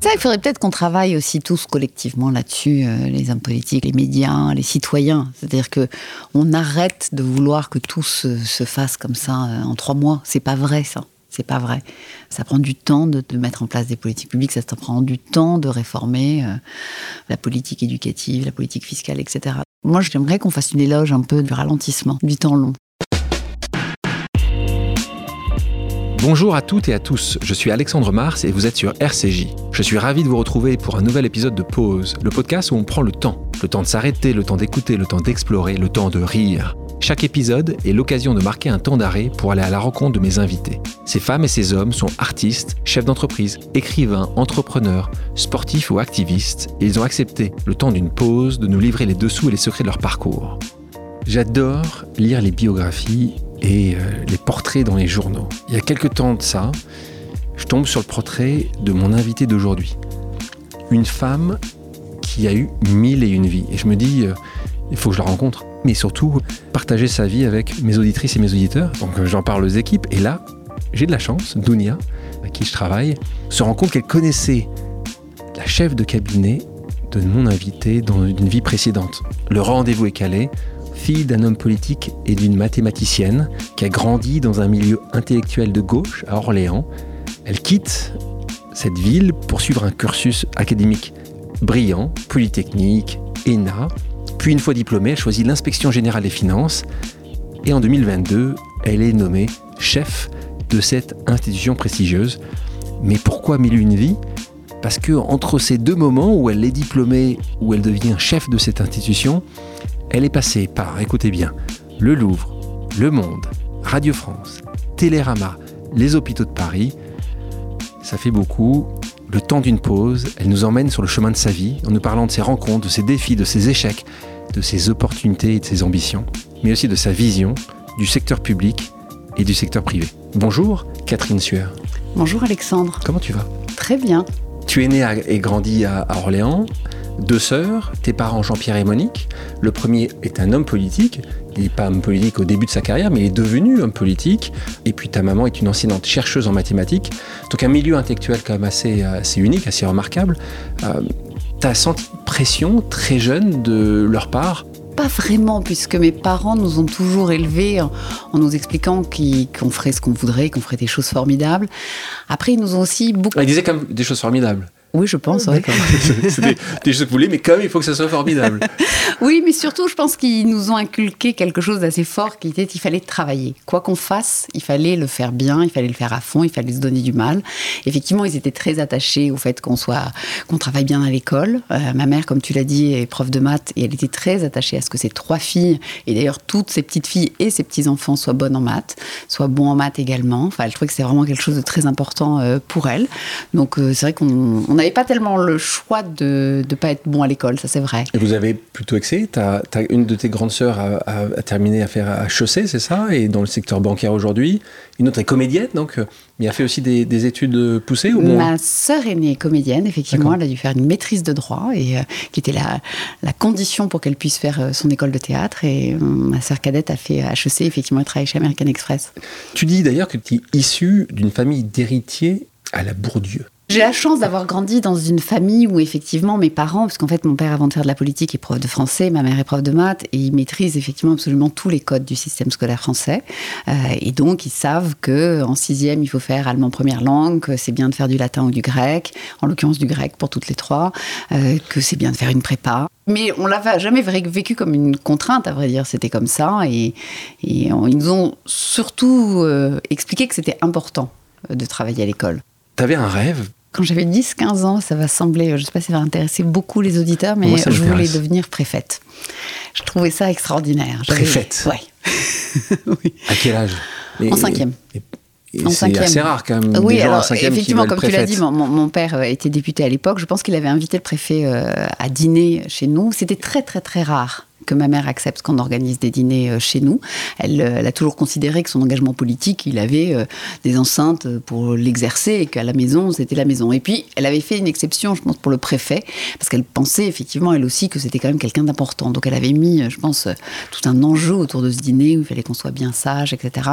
Ça, il faudrait peut-être qu'on travaille aussi tous collectivement là-dessus, les hommes politiques, les médias, les citoyens. C'est-à-dire qu'on arrête de vouloir que tout se fasse comme ça en 3 mois. C'est pas vrai, ça. C'est pas vrai. Ça prend du temps de mettre en place des politiques publiques, ça prend du temps de réformer la politique éducative, la politique fiscale, etc. Moi, j'aimerais qu'on fasse une éloge un peu du ralentissement, du temps long. Bonjour à toutes et à tous, je suis Alexandre Mars et vous êtes sur RCJ. Je suis ravi de vous retrouver pour un nouvel épisode de Pause, le podcast où on prend le temps. Le temps de s'arrêter, le temps d'écouter, le temps d'explorer, le temps de rire. Chaque épisode est l'occasion de marquer un temps d'arrêt pour aller à la rencontre de mes invités. Ces femmes et ces hommes sont artistes, chefs d'entreprise, écrivains, entrepreneurs, sportifs ou activistes, et ils ont accepté, le temps d'une pause, de nous livrer les dessous et les secrets de leur parcours. J'adore lire les biographies et les portraits dans les journaux. Il y a quelques temps de ça, je tombe sur le portrait de mon invité d'aujourd'hui. Une femme qui a eu 1001 vies. Et je me dis, il faut que je la rencontre. Mais surtout, partager sa vie avec mes auditrices et mes auditeurs. Donc j'en parle aux équipes. Et là, j'ai de la chance, Dounia, avec qui je travaille, se rend compte qu'elle connaissait la chef de cabinet de mon invité dans une vie précédente. Le rendez-vous est calé. Fille d'un homme politique et d'une mathématicienne qui a grandi dans un milieu intellectuel de gauche à Orléans. Elle quitte cette ville pour suivre un cursus académique brillant, Polytechnique, ENA. Puis une fois diplômée, elle choisit l'Inspection Générale des Finances. Et en 2022, elle est nommée chef de cette institution prestigieuse. Mais pourquoi 1001 vies ? Parce que entre ces deux moments où elle est diplômée, où elle devient chef de cette institution, elle est passée par, écoutez bien, le Louvre, Le Monde, Radio France, Télérama, les hôpitaux de Paris. Ça fait beaucoup. Le temps d'une pause, elle nous emmène sur le chemin de sa vie en nous parlant de ses rencontres, de ses défis, de ses échecs, de ses opportunités et de ses ambitions, mais aussi de sa vision du secteur public et du secteur privé. Bonjour, Catherine Sueur. Bonjour Alexandre. Comment tu vas ? Très bien. Tu es née et grandi à Orléans. 2 sœurs, tes parents Jean-Pierre et Monique. Le premier est un homme politique. Il n'est pas homme politique au début de sa carrière, mais il est devenu homme politique. Et puis ta maman est une enseignante chercheuse en mathématiques. Donc un milieu intellectuel quand même assez unique, assez remarquable. Tu as senti une pression très jeune de leur part ? Pas vraiment, puisque mes parents nous ont toujours élevés en nous expliquant qu'on ferait ce qu'on voudrait, qu'on ferait des choses formidables. Après, ils nous ont aussi beaucoup... Ils disaient quand même des choses formidables. Oui, je pense, oui. C'est des choses que vous voulez, mais quand même, il faut que ça soit formidable. Oui, mais surtout, je pense qu'ils nous ont inculqué quelque chose d'assez fort, qui était qu'il fallait travailler. Quoi qu'on fasse, il fallait le faire bien, il fallait le faire à fond, il fallait se donner du mal. Effectivement, ils étaient très attachés au fait qu'on travaille bien à l'école. Ma mère, comme tu l'as dit, est prof de maths, et elle était très attachée à ce que ses 3 filles, et d'ailleurs toutes ses petites filles et ses petits-enfants soient bonnes en maths, soient bons en maths également. Enfin, je trouvais que c'était vraiment quelque chose de très important pour elle. Donc, c'est vrai qu'on n'avait pas tellement le choix de ne pas être bon à l'école, ça c'est vrai. Et vous avez plutôt excellé. T'as une de tes grandes sœurs a terminé à faire HEC, c'est ça, et dans le secteur bancaire aujourd'hui. Une autre est comédienne, donc, mais a fait aussi des études poussées ou bon ? Ma sœur aînée est comédienne, effectivement. D'accord. Elle a dû faire une maîtrise de droit, et qui était la condition pour qu'elle puisse faire son école de théâtre. Et ma sœur cadette a fait HEC, effectivement, elle travaille chez American Express. Tu dis d'ailleurs que tu es issue d'une famille d'héritiers à la Bourdieu. J'ai la chance d'avoir grandi dans une famille où effectivement mes parents, parce qu'en fait mon père avant de faire de la politique est prof de français, ma mère est prof de maths, et ils maîtrisent effectivement absolument tous les codes du système scolaire français. Et donc ils savent qu'en 6e il faut faire allemand première langue, que c'est bien de faire du latin ou du grec, en l'occurrence du grec pour toutes les 3, que c'est bien de faire une prépa. Mais on l'avait jamais vécu comme une contrainte, à vrai dire, c'était comme ça. Et ils nous ont surtout expliqué que c'était important de travailler à l'école. T'avais un rêve ? Quand j'avais 10-15 ans, ça va sembler, je ne sais pas si ça va intéresser beaucoup les auditeurs, mais je voulais devenir préfète. Je trouvais ça extraordinaire. Préfète ? Oui. Oui. À quel âge ? En 5e. Et c'est assez rare quand même, oui, des gens alors, en 5e effectivement, qui veulent comme tu l'as dit, mon père était député à l'époque. Je pense qu'il avait invité le préfet à dîner chez nous. C'était très, très, très rare que ma mère accepte qu'on organise des dîners chez nous. Elle a toujours considéré que son engagement politique, il avait des enceintes pour l'exercer et qu'à la maison, c'était la maison. Et puis, elle avait fait une exception, je pense, pour le préfet, parce qu'elle pensait effectivement, elle aussi, que c'était quand même quelqu'un d'important. Donc, elle avait mis, je pense, tout un enjeu autour de ce dîner où il fallait qu'on soit bien sage, etc.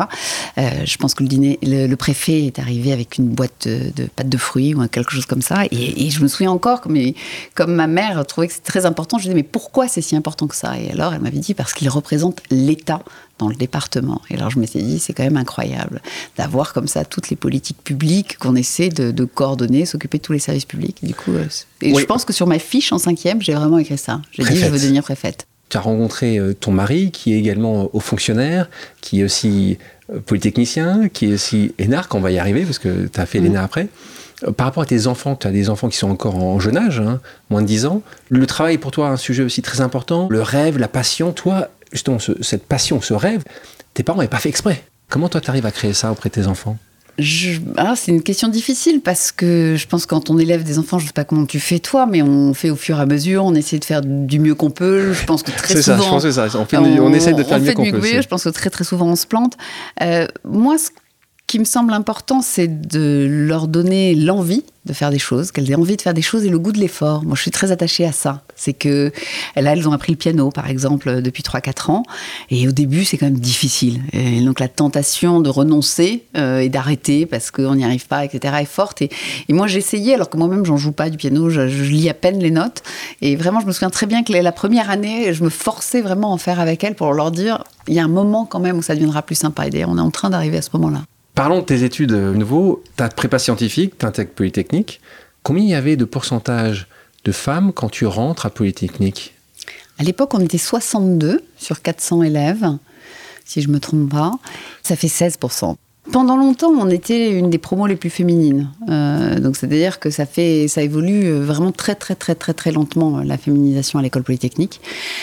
Je pense que le préfet est arrivé avec une boîte de pâtes de fruits ou quelque chose comme ça. Et je me souviens encore, comme ma mère trouvait que c'était très important, je disais, mais pourquoi c'est si important que ça ? Et alors, elle m'avait dit, parce qu'il représente l'État dans le département. Et alors, je m'étais dit, c'est quand même incroyable d'avoir comme ça toutes les politiques publiques qu'on essaie de coordonner, s'occuper de tous les services publics. Du coup, je pense que sur ma fiche en 5e, j'ai vraiment écrit ça. J'ai dit, je veux devenir préfète. Tu as rencontré ton mari, qui est également haut fonctionnaire, qui est aussi polytechnicien, qui est aussi énarque, on va y arriver, parce que tu as fait l'ENA après. Par rapport à tes enfants, tu as des enfants qui sont encore en jeune âge, moins de 10 ans. Le travail, pour toi, un sujet aussi très important. Le rêve, la passion. Toi, justement, cette passion, ce rêve, tes parents n'avaient pas fait exprès. Comment toi, tu arrives à créer ça auprès de tes enfants ? C'est une question difficile parce que je pense que quand on élève des enfants, je ne sais pas comment tu fais toi, mais on fait au fur et à mesure, on essaie de faire du mieux qu'on peut. Je pense que très souvent... C'est ça, je pense que c'est ça. On essaie de faire le mieux qu'on peut. Je pense que très souvent, on se plante. Moi, ce qui me semble important, c'est de leur donner l'envie de faire des choses, qu'elles aient envie de faire des choses et le goût de l'effort. Moi, je suis très attachée à ça. C'est que là, elles ont appris le piano, par exemple, depuis 3-4 ans. Et au début, c'est quand même difficile. Et donc, la tentation de renoncer et d'arrêter parce qu'on n'y arrive pas, etc., est forte. Et moi, j'essayais, alors que moi-même, j'en joue pas du piano, je lis à peine les notes. Et vraiment, je me souviens très bien que la première année, je me forçais vraiment à en faire avec elles pour leur dire, il y a un moment quand même où ça deviendra plus sympa. Et d'ailleurs, on est en train d'arriver à ce moment-là. Parlons de tes études nouveau. Tu as prépa scientifique, tu intègres Polytechnique. Combien il y avait de pourcentage de femmes quand tu rentres à Polytechnique ? À l'époque, on était 62 sur 400 élèves, si je ne me trompe pas. Ça fait 16%. Pendant longtemps, on était une des promos les plus féminines. Donc, c'est-à-dire que ça évolue vraiment très lentement, la féminisation à l'école Polytechnique.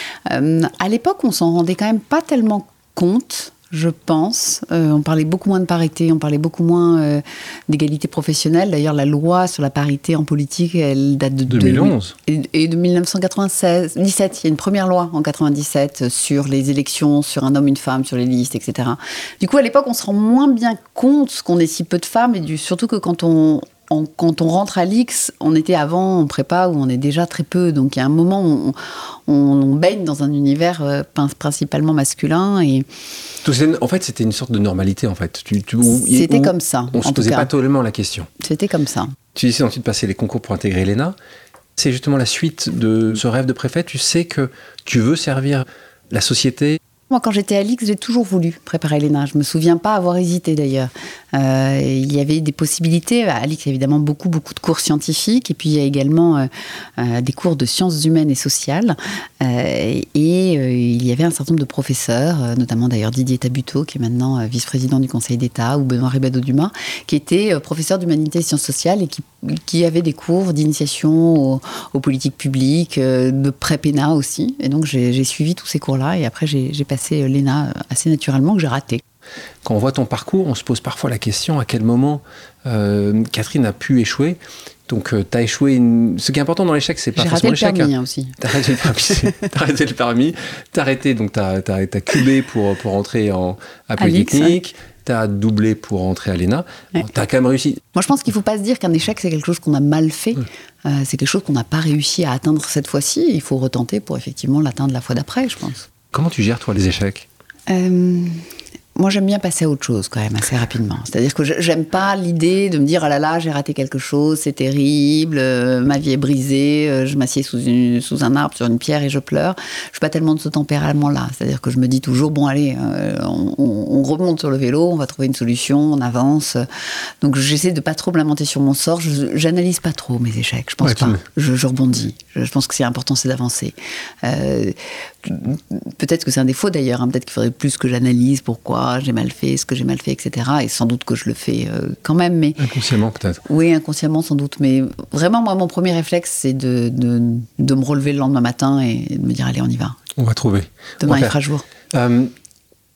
À l'époque, on s'en rendait quand même pas tellement compte. Je pense. On parlait beaucoup moins de parité, on parlait beaucoup moins d'égalité professionnelle. D'ailleurs, la loi sur la parité en politique, elle date de 2011. Et de 1917. Il y a une première loi en 97 sur les élections, sur un homme, une femme, sur les listes, etc. Du coup, à l'époque, on se rend moins bien compte qu'on est si peu de femmes, et surtout que quand on rentre à l'X, on était avant en prépa où on est déjà très peu. Donc il y a un moment où on baigne dans un univers principalement masculin. Et en fait, c'était une sorte de normalité, en fait. C'était comme ça, on ne se posait pas totalement la question. C'était comme ça. Tu décides ensuite de passer les concours pour intégrer l'ENA. C'est justement la suite de ce rêve de préfet. Tu sais que tu veux servir la société. Moi, quand j'étais à l'X, j'ai toujours voulu préparer l'ENA. Je ne me souviens pas avoir hésité, d'ailleurs. Il y avait des possibilités. À l'X, il y a évidemment beaucoup de cours scientifiques. Et puis, il y a également des cours de sciences humaines et sociales. Il y avait un certain nombre de professeurs, notamment d'ailleurs Didier Tabuteau, qui est maintenant vice-président du Conseil d'État, ou Benoît Ribado-Dumas, qui étaient professeurs d'humanité et sciences sociales et qui avaient des cours d'initiation aux politiques publiques, de pré-PENA aussi. Et donc, j'ai suivi tous ces cours-là. Et après, j'ai passé l'ENA assez naturellement, que j'ai raté. Quand on voit ton parcours, on se pose parfois la question à quel moment Catherine a pu échouer. Donc, tu as échoué. Ce qui est important dans l'échec, c'est pas forcément l'échec. J'ai raté le permis aussi. Tu as arrêté le permis. Tu as arrêté, donc tu as cubé pour rentrer à Polytechnique. Tu as doublé pour rentrer à l'ENA. Ouais. Tu as quand même réussi. Moi, je pense qu'il ne faut pas se dire qu'un échec, c'est quelque chose qu'on a mal fait. C'est quelque chose qu'on n'a pas réussi à atteindre cette fois-ci. Il faut retenter pour effectivement l'atteindre la fois d'après, je pense. Comment tu gères, toi, les échecs ? Moi, j'aime bien passer à autre chose, quand même, assez rapidement. C'est-à-dire que j'aime pas l'idée de me dire « Ah là là, j'ai raté quelque chose, c'est terrible, ma vie est brisée, je m'assieds sous un arbre, sur une pierre et je pleure. » Je suis pas tellement de ce tempérament-là. C'est-à-dire que je me dis toujours « Bon, allez, on remonte sur le vélo, on va trouver une solution, on avance. » Donc, j'essaie de pas trop me lamenter sur mon sort. J'analyse pas trop mes échecs, je pense pas. Je rebondis. Je pense que c'est important, c'est d'avancer. Peut-être que c'est un défaut d'ailleurs, peut-être qu'il faudrait plus que j'analyse pourquoi j'ai mal fait, ce que j'ai mal fait, etc. Et sans doute que je le fais quand même. Mais... Inconsciemment peut-être. Oui, inconsciemment sans doute. Mais vraiment, moi, mon premier réflexe, c'est de me relever le lendemain matin et de me dire, allez, on y va. On va trouver. Demain, il fera jour.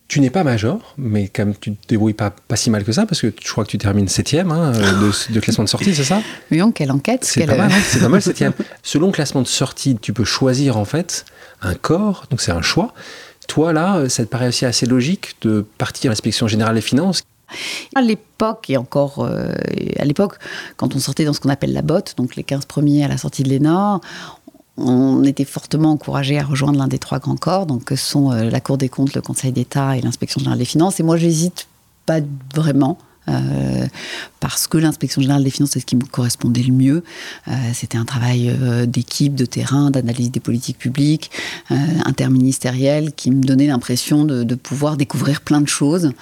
Tu n'es pas major, mais quand même, tu te débrouilles pas si mal que ça, parce que je crois que tu termines 7e de classement de sortie, c'est ça? Oui, quelle enquête. C'est pas mal, c'est pas mal 7e. Selon le classement de sortie, tu peux choisir en fait un corps, donc c'est un choix. Toi, là, ça te paraît aussi assez logique de partir à l'Inspection Générale des Finances? À l'époque, et encore à l'époque, quand on sortait dans ce qu'on appelle la botte, donc les 15 premiers à la sortie de l'ENA, on était fortement encouragés à rejoindre l'un des 3 grands corps, donc que sont la Cour des comptes, le Conseil d'État et l'Inspection Générale des Finances. Et moi, j'hésite pas vraiment. Parce que l'Inspection Générale des Finances, c'est ce qui me correspondait le mieux. C'était un travail d'équipe, de terrain, d'analyse des politiques publiques, interministériel, qui me donnait l'impression de pouvoir découvrir plein de choses,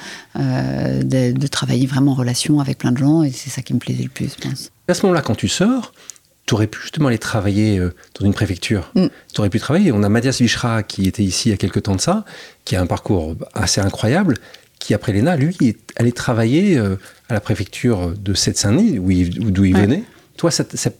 de travailler vraiment en relation avec plein de gens, et c'est ça qui me plaisait le plus, je pense. À ce moment-là, quand tu sors, tu aurais pu justement aller travailler dans une préfecture. Tu aurais pu travailler. On a Mathias Vichra qui était ici il y a quelques temps de ça, qui a un parcours assez incroyable, qui, après l'ENA, lui, est allé travailler à la préfecture de Seine-Saint-Denis, d'où il venait. Toi,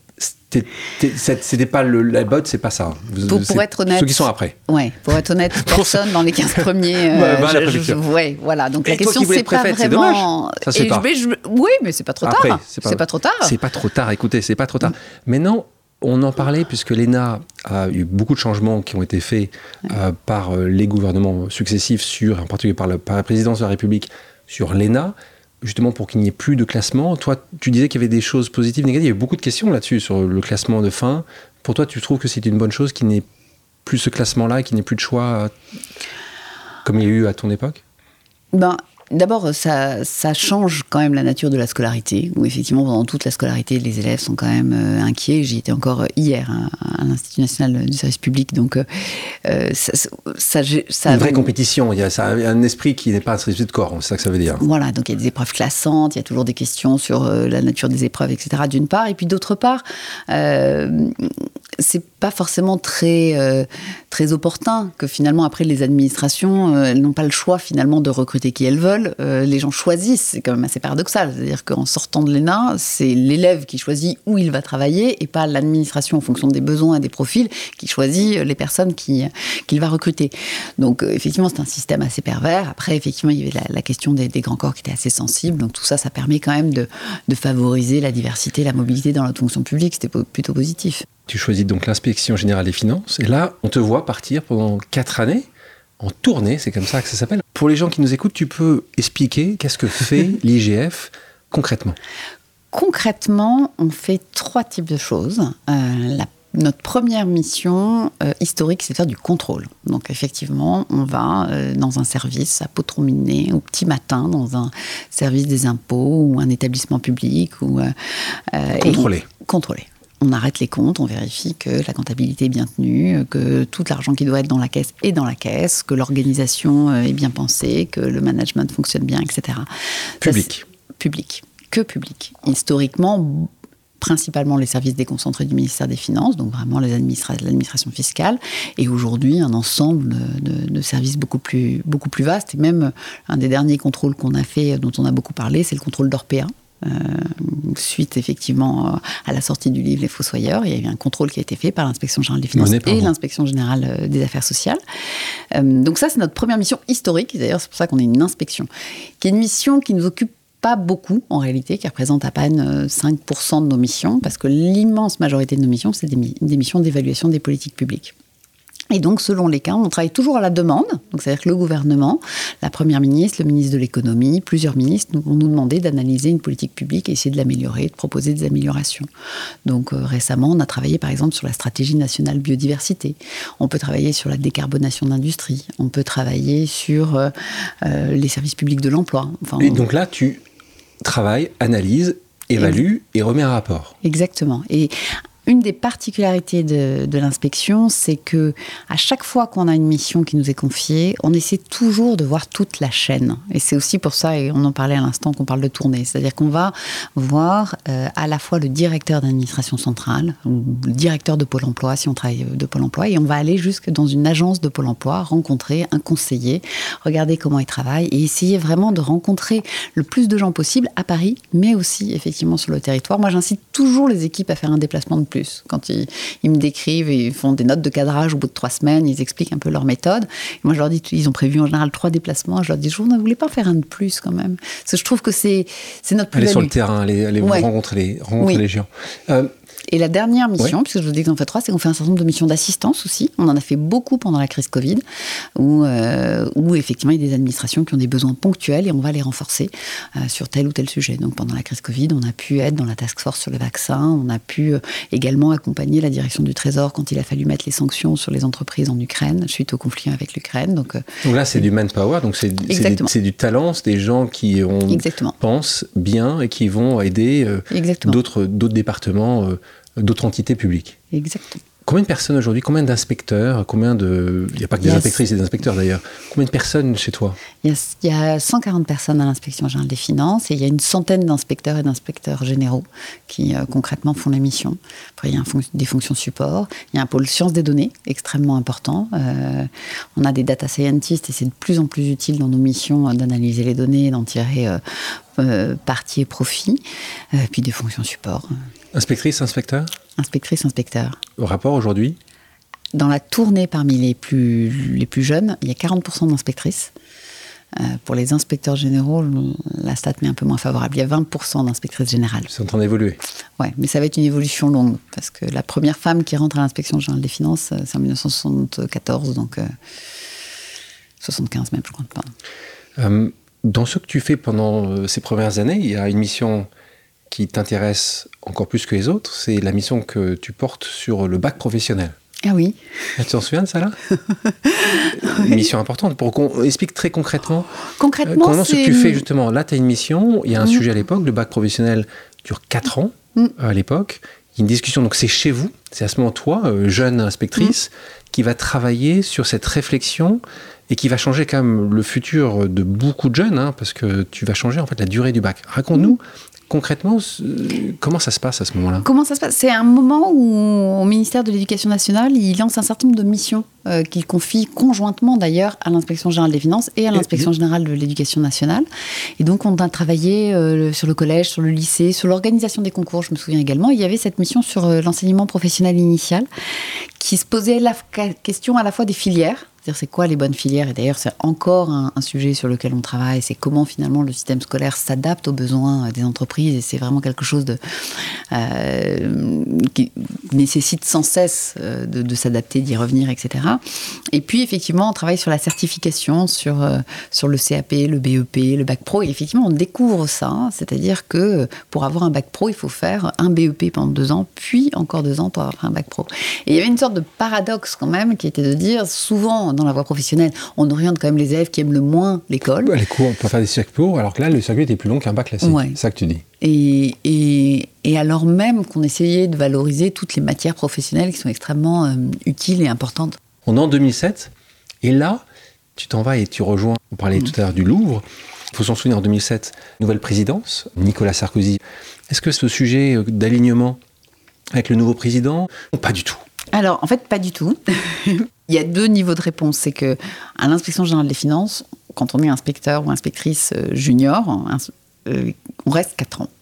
c'était pas la botte, c'est pas ça. Pour être honnête, ceux qui sont après. Ouais, pour être honnête, personne dans les 15 premiers. Voilà. Donc et la question, c'est pas vraiment. C'est dommage. Ça se fait pas. Oui, mais c'est pas trop après, tard. C'est pas trop tard. C'est pas trop tard. Écoutez, c'est pas trop tard. Maintenant, on en parlait puisque l'ENA a eu beaucoup de changements qui ont été faits par les gouvernements successifs, en particulier par la présidence de la République, sur l'ENA, justement pour qu'il n'y ait plus de classement. Toi, tu disais qu'il y avait des choses positives, négatives. Il y a eu beaucoup de questions là-dessus, sur le classement de fin. Pour toi, tu trouves que c'est une bonne chose qu'il n'y ait plus ce classement-là, qu'il n'y ait plus de choix comme il y a eu à ton époque? D'abord, ça change quand même la nature de la scolarité, où effectivement, pendant toute la scolarité, les élèves sont quand même inquiets. J'y étais encore hier à l'Institut national du service public, donc ça une vraie compétition, il y a un esprit qui n'est pas un esprit de corps, c'est ça que ça veut dire. Voilà, donc il y a des épreuves classantes, il y a toujours des questions sur la nature des épreuves, etc., d'une part, et puis d'autre part, c'est pas forcément très opportun que finalement, après, les administrations, elles n'ont pas le choix finalement de recruter qui elles veulent. Les gens choisissent, c'est quand même assez paradoxal. C'est-à-dire qu'en sortant de l'ENA, c'est l'élève qui choisit où il va travailler et pas l'administration en fonction des besoins et des profils qui choisit les personnes qu'il va recruter. Donc effectivement, c'est un système assez pervers. Après, effectivement, il y avait la question des grands corps qui était assez sensible. Donc tout ça, ça permet quand même de favoriser la diversité, la mobilité dans la fonction publique. C'était plutôt positif. Tu choisis donc l'Inspection Générale des Finances. Et là, on te voit partir pendant 4 années en tournée, c'est comme ça que ça s'appelle. Pour les gens qui nous écoutent, tu peux expliquer qu'est-ce que fait l'IGF concrètement? Concrètement, on fait 3 types de choses. Notre première mission historique, c'est de faire du contrôle. Donc effectivement, on va dans un service à Potrominer au petit matin, dans un service des impôts ou un établissement public. Contrôler. On arrête les comptes, on vérifie que la comptabilité est bien tenue, que tout l'argent qui doit être dans la caisse est dans la caisse, que l'organisation est bien pensée, que le management fonctionne bien, etc. Public. Que public. Historiquement, principalement les services déconcentrés du ministère des Finances, donc vraiment l'administration fiscale, et aujourd'hui un ensemble de services beaucoup plus vastes. Et même un des derniers contrôles qu'on a fait, dont on a beaucoup parlé, c'est le contrôle d'Orpea. Suite effectivement à la sortie du livre Les Fossoyeurs, il y a eu un contrôle qui a été fait par l'Inspection Générale des Finances et l'Inspection Générale des Affaires sociales. Donc ça, c'est notre première mission historique, et d'ailleurs c'est pour ça qu'on est une inspection, qui est une mission qui nous occupe pas beaucoup en réalité, qui représente à peine 5% de nos missions, parce que l'immense majorité de nos missions, c'est des missions d'évaluation des politiques publiques. Et donc, selon les cas, on travaille toujours à la demande. Donc, c'est-à-dire que le gouvernement, la première ministre, le ministre de l'économie, plusieurs ministres vont nous demander d'analyser une politique publique et essayer de l'améliorer, de proposer des améliorations. Donc, récemment, on a travaillé, par exemple, sur la stratégie nationale biodiversité. On peut travailler sur la décarbonation de l'industrie. On peut travailler sur les services publics de l'emploi. Et donc là, tu travailles, analyses, évalues et remets un rapport. Exactement. Et une des particularités de l'inspection, c'est que à chaque fois qu'on a une mission qui nous est confiée, on essaie toujours de voir toute la chaîne. Et c'est aussi pour ça, et on en parlait à l'instant, qu'on parle de tournée. C'est-à-dire qu'on va voir à la fois le directeur d'administration centrale, ou le directeur de Pôle emploi, si on travaille de Pôle emploi, et on va aller jusque dans une agence de Pôle emploi, rencontrer un conseiller, regarder comment il travaille, et essayer vraiment de rencontrer le plus de gens possible à Paris, mais aussi effectivement sur le territoire. Moi, j'incite toujours les équipes à faire un déplacement de plus plus. Quand ils me décrivent, ils font des notes de cadrage au bout de 3 semaines, ils expliquent un peu leur méthode. Et moi, je leur dis, ils ont prévu en général 3 déplacements. Je leur dis, vous ne voulez pas faire un de plus quand même? Parce que je trouve que c'est notre plus-value. Aller sur le terrain, aller rencontrer les gens. Et la dernière mission, puisque je vous dis qu'on fait 3, c'est qu'on fait un certain nombre de missions d'assistance aussi. On en a fait beaucoup pendant la crise Covid, où effectivement, il y a des administrations qui ont des besoins ponctuels et on va les renforcer sur tel ou tel sujet. Donc pendant la crise Covid, on a pu être dans la task force sur les vaccins, on a pu également accompagner la direction du Trésor quand il a fallu mettre les sanctions sur les entreprises en Ukraine, suite au conflit avec l'Ukraine. Donc là, c'est du manpower, donc c'est du talent, c'est des gens qui pensent bien et qui vont aider d'autres départements, d'autres entités publiques. Exactement. Combien de personnes aujourd'hui, combien d'inspecteurs, il n'y a pas que des inspectrices et des inspecteurs d'ailleurs, combien de personnes chez toi? Il y a 140 personnes à l'inspection générale des finances et il y a une centaine d'inspecteurs et d'inspecteurs généraux qui concrètement font la mission. Après, il y a des fonctions support, il y a un pôle sciences des données extrêmement important. On a des data scientists et c'est de plus en plus utile dans nos missions d'analyser les données, d'en tirer parti et profit, puis des fonctions support. Inspectrice, inspecteur? Inspectrice, inspecteur. Au rapport aujourd'hui? Dans la tournée parmi les plus jeunes, il y a 40% d'inspectrices. Pour les inspecteurs généraux, la stat m'est un peu moins favorable. Il y a 20% d'inspectrices générales. C'est en train d'évoluer. Oui, mais ça va être une évolution longue, parce que la première femme qui rentre à l'inspection générale des finances, c'est en 1974, donc 75 même, je crois. Pardon. Dans ce que tu fais pendant ces premières années, il y a une mission qui t'intéresse encore plus que les autres, c'est la mission que tu portes sur le bac professionnel. Ah oui. Tu t'en souviens de ça là? Une mission importante. Pour qu'on explique très concrètement. Concrètement, ce que tu fais justement. Là, tu as une mission, il y a un sujet à l'époque, le bac professionnel dure 4 ans à l'époque. Il y a une discussion, donc c'est chez vous, c'est à ce moment toi, jeune inspectrice, qui va travailler sur cette réflexion et qui va changer quand même le futur de beaucoup de jeunes, parce que tu vas changer en fait la durée du bac. Raconte-nous. Concrètement, comment ça se passe à ce moment-là? Comment ça se passe? C'est un moment où, au ministère de l'Éducation nationale, il lance un certain nombre de missions qu'il confie conjointement d'ailleurs à l'Inspection générale des finances et à l'Inspection générale de l'Éducation nationale. Et donc, on a travaillé sur le collège, sur le lycée, sur l'organisation des concours, je me souviens également. Il y avait cette mission sur l'enseignement professionnel initial qui se posait la question à la fois des filières. C'est-à-dire, c'est quoi les bonnes filières? Et d'ailleurs, c'est encore un sujet sur lequel on travaille. C'est comment, finalement, le système scolaire s'adapte aux besoins des entreprises. Et c'est vraiment quelque chose qui nécessite sans cesse de s'adapter, d'y revenir, etc. Et puis, effectivement, on travaille sur la certification, sur le CAP, le BEP, le bac pro. Et effectivement, on découvre ça. C'est-à-dire que pour avoir un bac pro, il faut faire un BEP pendant 2 ans, puis encore 2 ans pour avoir un bac pro. Et il y avait une sorte de paradoxe, quand même, qui était de dire, souvent, dans la voie professionnelle, on oriente quand même les élèves qui aiment le moins l'école. Les cours, on peut faire des circuits courts, alors que là, le circuit était plus long qu'un bac classique. Ouais. C'est ça que tu dis. Et alors même qu'on essayait de valoriser toutes les matières professionnelles qui sont extrêmement utiles et importantes. On est en 2007, et là, tu t'en vas et tu rejoins, on parlait tout à l'heure du Louvre, il faut s'en souvenir, en 2007, nouvelle présidence, Nicolas Sarkozy. Est-ce que ce sujet d'alignement avec le nouveau président, pas du tout? Alors, en fait, pas du tout. Il y a 2 niveaux de réponse. C'est qu'à l'Inspection générale des finances, quand on est inspecteur ou inspectrice junior, on reste 4 ans.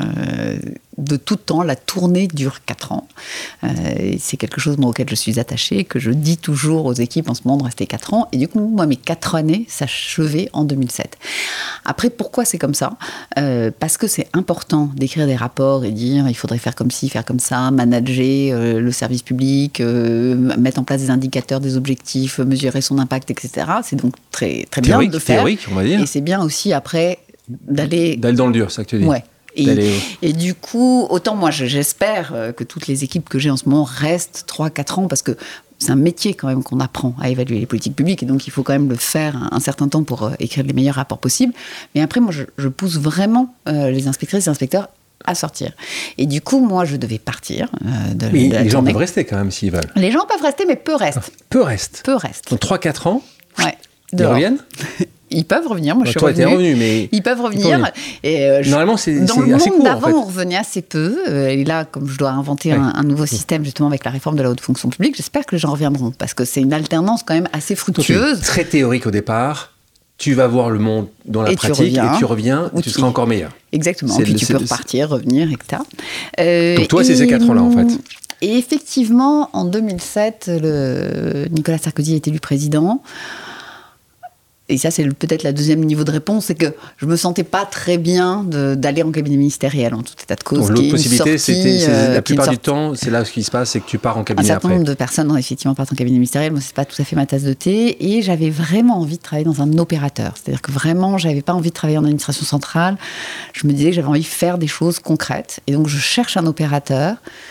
De tout temps, la tournée dure 4 ans. C'est quelque chose auquel je suis attachée, que je dis toujours aux équipes en ce moment de rester 4 ans. Et du coup, moi, mes 4 années s'achevaient en 2007. Après, pourquoi c'est comme ça? Parce que c'est important d'écrire des rapports et dire il faudrait faire comme ci, faire comme ça, manager le service public, mettre en place des indicateurs, des objectifs, mesurer son impact, etc. C'est donc très, très bien de faire. Théorique, on va dire. Et c'est bien aussi après d'aller dans le dur, c'est ça que tu dis. Ouais. Et du coup, autant moi j'espère que toutes les équipes que j'ai en ce moment restent 3-4 ans, parce que c'est un métier quand même qu'on apprend à évaluer les politiques publiques, et donc il faut quand même le faire un certain temps pour écrire les meilleurs rapports possibles. Mais après, moi je pousse vraiment les inspectrices et inspecteurs à sortir. Et du coup, moi je devais partir de mais la les gens tournée. peuvent rester quand même s'ils veulent. Les gens peuvent rester, mais peu restent. Peu restent. Donc 3-4 ans, ouais, ils reviennent. Ils peuvent revenir, moi je suis toi, revenue. Toi, t'es revenu, mais... Ils peuvent revenir. Et normalement, c'est assez court, dans le monde d'avant, en fait. on revenait assez peu. Et là, comme je dois inventer un nouveau système, justement, avec la réforme de la haute fonction publique, j'espère que les gens reviendront. Parce que c'est une alternance quand même assez fructueuse. Très théorique au départ. Tu vas voir le monde dans la pratique, et tu reviens, et tu seras encore meilleur. Exactement. Puis tu peux repartir, revenir, etc. Donc toi, c'est ces 4 ans-là, en fait. Et effectivement, en 2007, Nicolas Sarkozy a été élu président. Et ça, c'est peut-être le deuxième niveau de réponse, c'est que je me sentais pas très bien d'aller en cabinet ministériel, en tout état de cause. Donc, l'autre possibilité, c'est la plupart du temps, c'est là ce qui se passe, c'est que tu pars en cabinet après. Un certain nombre de personnes ont effectivement partent en cabinet ministériel. Moi, c'est pas tout à fait ma tasse de thé. Et j'avais vraiment envie de travailler dans un opérateur. C'est-à-dire que vraiment, j'avais pas envie de travailler en administration centrale. Je me disais que j'avais envie de faire des choses concrètes. Et donc, je cherche un opérateur.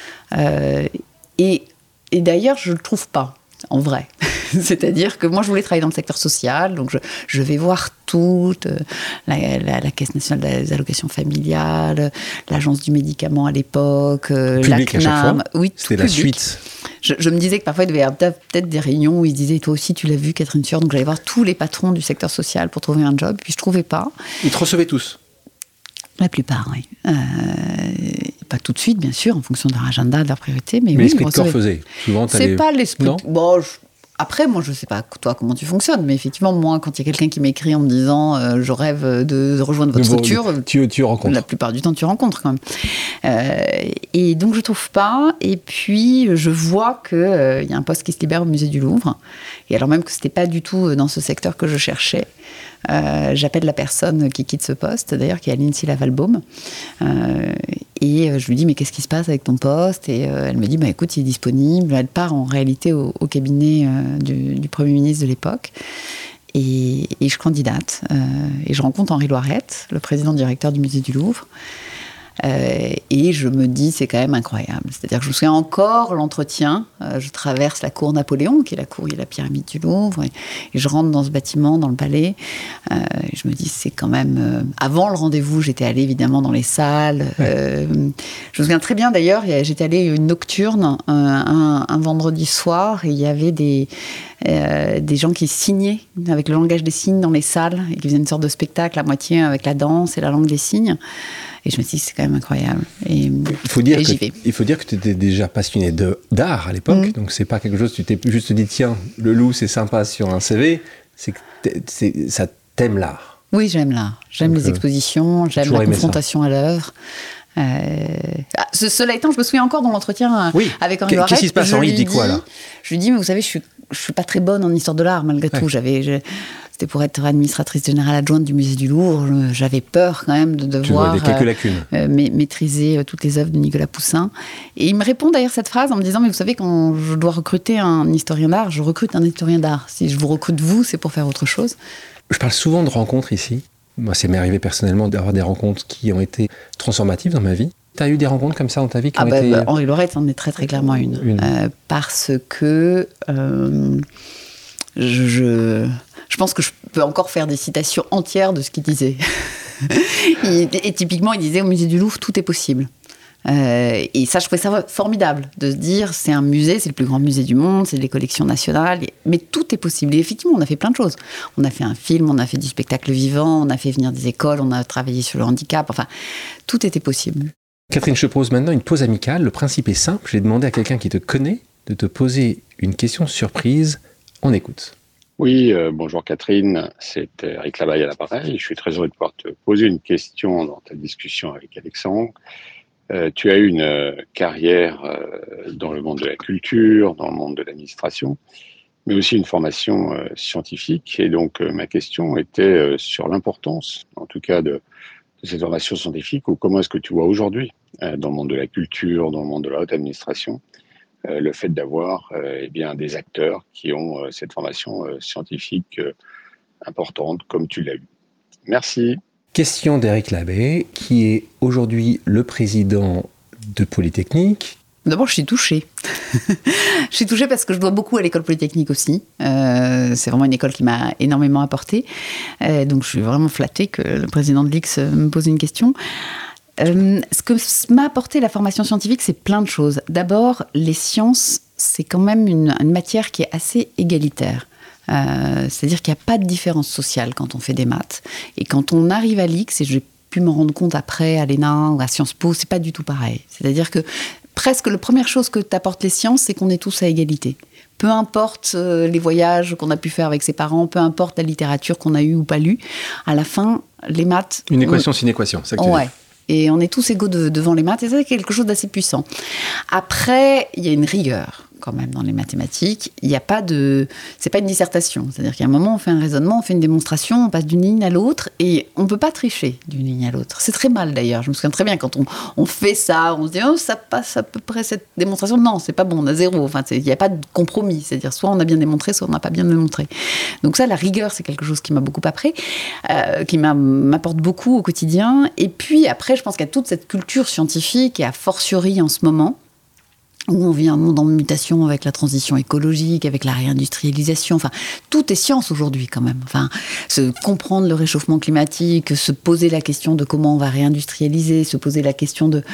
Et d'ailleurs, je le trouve pas. En vrai. C'est-à-dire que moi, je voulais travailler dans le secteur social, donc je vais voir toute la Caisse nationale des allocations familiales, l'Agence du médicament à l'époque, public la CNAM. À chaque fois. Oui, c'était la suite. Je me disais que parfois, il devait y avoir peut-être des réunions où ils se disaient « Toi aussi, tu l'as vu, Catherine Sueur ?» Donc, j'allais voir tous les patrons du secteur social pour trouver un job, puis je ne trouvais pas. Ils te recevaient tous? La plupart, oui. Pas tout de suite, bien sûr, en fonction de leur agenda, de leur priorité. Mais oui, l'esprit de corps faisait. Souvent, c'est pas l'esprit. Non. Bon, après, moi, je sais pas toi comment tu fonctionnes, mais effectivement, moi, quand il y a quelqu'un qui m'écrit en me disant je rêve de rejoindre votre structure, tu rencontres. La plupart du temps, tu rencontres quand même. Et donc, je trouve pas. Et puis, je vois qu'il y a un poste qui se libère au musée du Louvre. Et alors même que c'était pas du tout dans ce secteur que je cherchais. J'appelle la personne qui quitte ce poste, d'ailleurs, qui est Lindsay Lavalbaum. Et je lui dis, mais qu'est-ce qui se passe avec ton poste? Et elle me dit, bah, écoute, il est disponible. Elle part en réalité au cabinet du Premier ministre de l'époque. Et je candidate. Et je rencontre Henri Loirette, le président directeur du musée du Louvre. Et je me dis, c'est quand même incroyable. C'est-à-dire que je me souviens encore l'entretien. Je traverse la cour Napoléon, qui est la cour, il y a la pyramide du Louvre. Et je rentre dans ce bâtiment, dans le palais. Et je me dis, c'est quand même... avant le rendez-vous, j'étais allée évidemment dans les salles. Je me souviens très bien d'ailleurs, j'étais allée une nocturne un vendredi soir. Et il y avait des gens qui signaient avec le langage des signes dans les salles. Et qui faisaient une sorte de spectacle à moitié avec la danse et la langue des signes. Et je me suis dit, c'est quand même incroyable. Et il faut dire que tu étais déjà passionné d'art à l'époque. Donc, c'est pas quelque chose, tu t'es juste dit, tiens, le loup, c'est sympa sur un CV. C'est que ça t'aime l'art. Oui, j'aime l'art. J'aime les expositions, j'aime la confrontation à l'œuvre. Cela étant, je me souviens encore dans l'entretien avec Henri Loirette. Qu'est-ce qui se passe? Henri dit quoi, là? Je lui dis, mais vous savez, je suis pas très bonne en histoire de l'art, malgré tout. C'était pour être administratrice générale adjointe du musée du Louvre. J'avais peur quand même de devoir maîtriser toutes les œuvres de Nicolas Poussin. Et il me répond d'ailleurs cette phrase en me disant, mais vous savez, quand je dois recruter un historien d'art, je recrute un historien d'art. Si je vous recrute vous, c'est pour faire autre chose. Je parle souvent de rencontres ici. Moi, ça m'est arrivé personnellement d'avoir des rencontres qui ont été transformatives dans ma vie. Tu as eu des rencontres comme ça dans ta vie qui ont été... Henri Loirette en est très très clairement une. Parce que je pense que je peux encore faire des citations entières de ce qu'il disait. Et typiquement, il disait au musée du Louvre, tout est possible. Et ça, je trouvais ça formidable de se dire, c'est un musée, c'est le plus grand musée du monde, c'est des collections nationales, mais tout est possible. Et effectivement, on a fait plein de choses. On a fait un film, on a fait du spectacle vivant, on a fait venir des écoles, on a travaillé sur le handicap, enfin, tout était possible. Catherine, je te pose maintenant une pause amicale. Le principe est simple, j'ai demandé à quelqu'un qui te connaît de te poser une question surprise. On écoute. Oui, bonjour Catherine, c'est Eric Labaille à l'appareil. Je suis très heureux de pouvoir te poser une question dans ta discussion avec Alexandre. Tu as eu une carrière dans le monde de la culture, dans le monde de l'administration, mais aussi une formation scientifique. Et donc, ma question était sur l'importance, en tout cas, de cette formation scientifique, ou comment est-ce que tu vois aujourd'hui, dans le monde de la culture, dans le monde de la haute administration, le fait d'avoir des acteurs qui ont cette formation scientifique importante, comme tu l'as eu. Merci. Question d'Éric Labaille, qui est aujourd'hui le président de Polytechnique. D'abord, je suis touchée. Je suis touchée parce que je dois beaucoup à l'école Polytechnique aussi. C'est vraiment une école qui m'a énormément apporté. Donc, je suis vraiment flattée que le président de l'IX me pose une question. Ce que m'a apporté la formation scientifique, c'est plein de choses. D'abord, les sciences, c'est quand même une matière qui est assez égalitaire. C'est-à-dire qu'il n'y a pas de différence sociale quand on fait des maths. Et quand on arrive à l'IX, et j'ai pu m'en rendre compte après à l'ENA ou à Sciences Po, c'est pas du tout pareil. C'est-à-dire que presque la première chose que t'apportent les sciences, c'est qu'on est tous à égalité. Peu importe les voyages qu'on a pu faire avec ses parents, peu importe la littérature qu'on a eue ou pas lue, à la fin, les maths... Une équation, c'est une équation, c'est ça que tu dis. Et on est tous égaux devant les maths, et ça, c'est quelque chose d'assez puissant. Après, il y a une rigueur, quand même, dans les mathématiques. Il n'y a pas de... C'est pas une dissertation. C'est-à-dire qu'à un moment, on fait un raisonnement, on fait une démonstration, on passe d'une ligne à l'autre, et on ne peut pas tricher d'une ligne à l'autre. C'est très mal, d'ailleurs. Je me souviens très bien, quand on fait ça, on se dit, oh, ça passe à peu près cette démonstration. Non, c'est pas bon, on a 0. Enfin, il n'y a pas de compromis. C'est-à-dire, soit on a bien démontré, soit on n'a pas bien démontré. Donc ça, la rigueur, c'est quelque chose qui m'a beaucoup appris, qui m'apporte beaucoup au quotidien. Et puis, après, je pense qu'il y a toute cette culture scientifique, et a fortiori en ce moment, où on vit un monde en mutation avec la transition écologique, avec la réindustrialisation. Enfin, tout est science aujourd'hui quand même. Enfin, se comprendre le réchauffement climatique, se poser la question de comment on va réindustrialiser, se poser la question de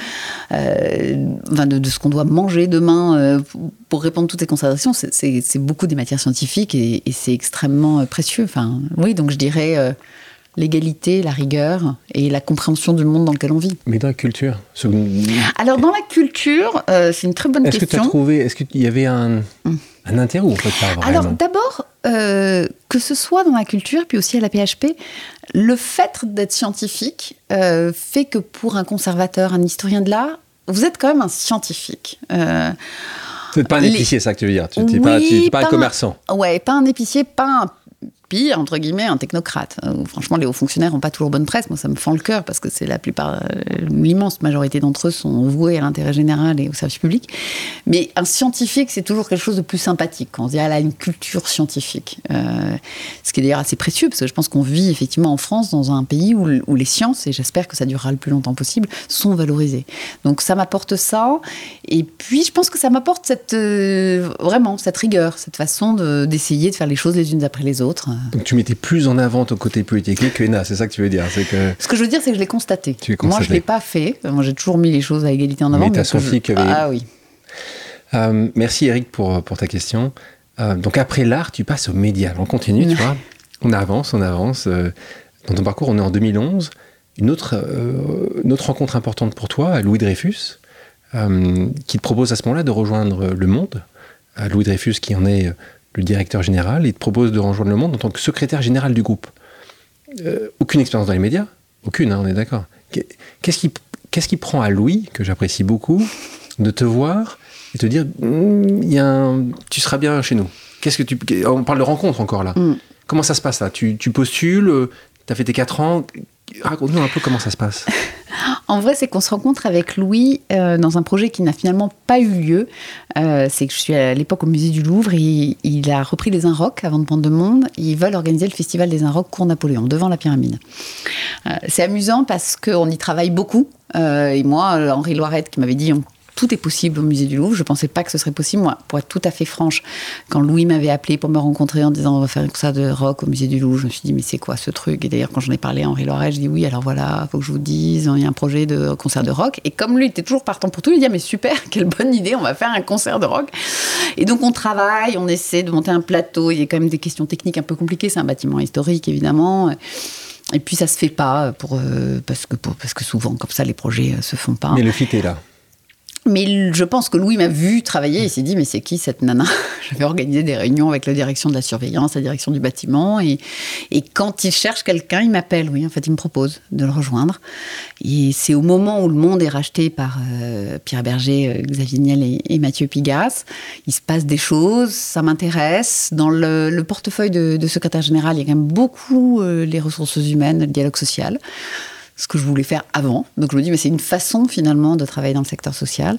ce qu'on doit manger demain pour répondre à toutes ces considérations, c'est beaucoup des matières scientifiques et c'est extrêmement précieux. Enfin, oui, donc je dirais... l'égalité, la rigueur et la compréhension du monde dans lequel on vit. Mais dans la culture Alors, dans la culture, c'est une très bonne question. Est-ce qu'il y avait un intérêt ou en fait pas vraiment? Alors, d'abord, que ce soit dans la culture, puis aussi à la PHP, le fait d'être scientifique fait que pour un conservateur, un historien de l'art, vous êtes quand même un scientifique. Tu n'es pas un épicier, c'est ça que tu veux dire. Tu n'es pas un commerçant. Ouais, pas un épicier, pas un pire, entre guillemets, un technocrate. Franchement, les hauts fonctionnaires n'ont pas toujours bonne presse. Moi, ça me fend le cœur parce que c'est l'immense majorité d'entre eux sont voués à l'intérêt général et au service public. Mais un scientifique, c'est toujours quelque chose de plus sympathique. Quand on se dit, elle a une culture scientifique. Ce qui est d'ailleurs assez précieux parce que je pense qu'on vit effectivement en France dans un pays où les sciences, et j'espère que ça durera le plus longtemps possible, sont valorisées. Donc ça m'apporte ça. Et puis, je pense que ça m'apporte vraiment cette rigueur, cette façon d'essayer de faire les choses les unes après les autres. Donc tu mettais plus en avant ton côté polytechnique que ENA, c'est ça que tu veux dire? Ce que je veux dire, c'est que je l'ai constaté. Moi, je ne l'ai pas fait. Moi, j'ai toujours mis les choses à égalité en avant. Mais tu as senti qu'il y avait... Ah oui. Merci Eric pour ta question. Donc après l'art, tu passes aux médias. On continue, tu vois. On avance. Dans ton parcours, on est en 2011. Une autre rencontre importante pour toi, Louis Dreyfus, qui te propose à ce moment-là de rejoindre Le Monde. Louis Dreyfus qui en est... le directeur général, il te propose de rejoindre Le Monde en tant que secrétaire général du groupe. Aucune expérience dans les médias, aucune, on est d'accord. Qu'est-ce qui prend à Louis, que j'apprécie beaucoup, de te voir et te dire tu seras bien chez nous? On parle de rencontre encore là. Comment ça se passe là? Tu postules, tu as fait tes 4 ans. Raconte-nous un peu comment ça se passe. En vrai, c'est qu'on se rencontre avec Louis dans un projet qui n'a finalement pas eu lieu. C'est que je suis à l'époque au musée du Louvre et il a repris les Inrocks avant de prendre Le Monde. Ils veulent organiser le festival des Inrocks Cours Napoléon, devant la pyramide. C'est amusant parce qu'on y travaille beaucoup. Et moi, Henri Loiret, qui m'avait dit tout est possible au musée du Louvre. Je ne pensais pas que ce serait possible. Moi, pour être tout à fait franche, quand Louis m'avait appelé pour me rencontrer en disant on va faire un concert de rock au musée du Louvre, je me suis dit mais c'est quoi ce truc? Et d'ailleurs, quand j'en ai parlé à Henri Loiret, je dis oui, alors voilà, il faut que je vous dise, il y a un projet de concert de rock. Et comme lui était toujours partant pour tout, il dit ah, mais super, quelle bonne idée, on va faire un concert de rock. Et donc on travaille, on essaie de monter un plateau. Il y a quand même des questions techniques un peu compliquées. C'est un bâtiment historique, évidemment. Et puis ça se fait pas parce que souvent comme ça les projets se font pas. Mais le fit est là. Mais je pense que Louis m'a vu travailler, il s'est dit mais c'est qui cette nana? J'avais organisé des réunions avec la direction de la surveillance, la direction du bâtiment et quand il cherche quelqu'un, il m'appelle, oui, en fait il me propose de le rejoindre. Et c'est au moment où Le Monde est racheté par Pierre Berger, Xavier Niel et Mathieu Pigasse. Il se passe des choses, ça m'intéresse. Dans le portefeuille de secrétaire général, il y a quand même beaucoup les ressources humaines, le dialogue social. Ce que je voulais faire avant. Donc je me dis, mais c'est une façon finalement de travailler dans le secteur social.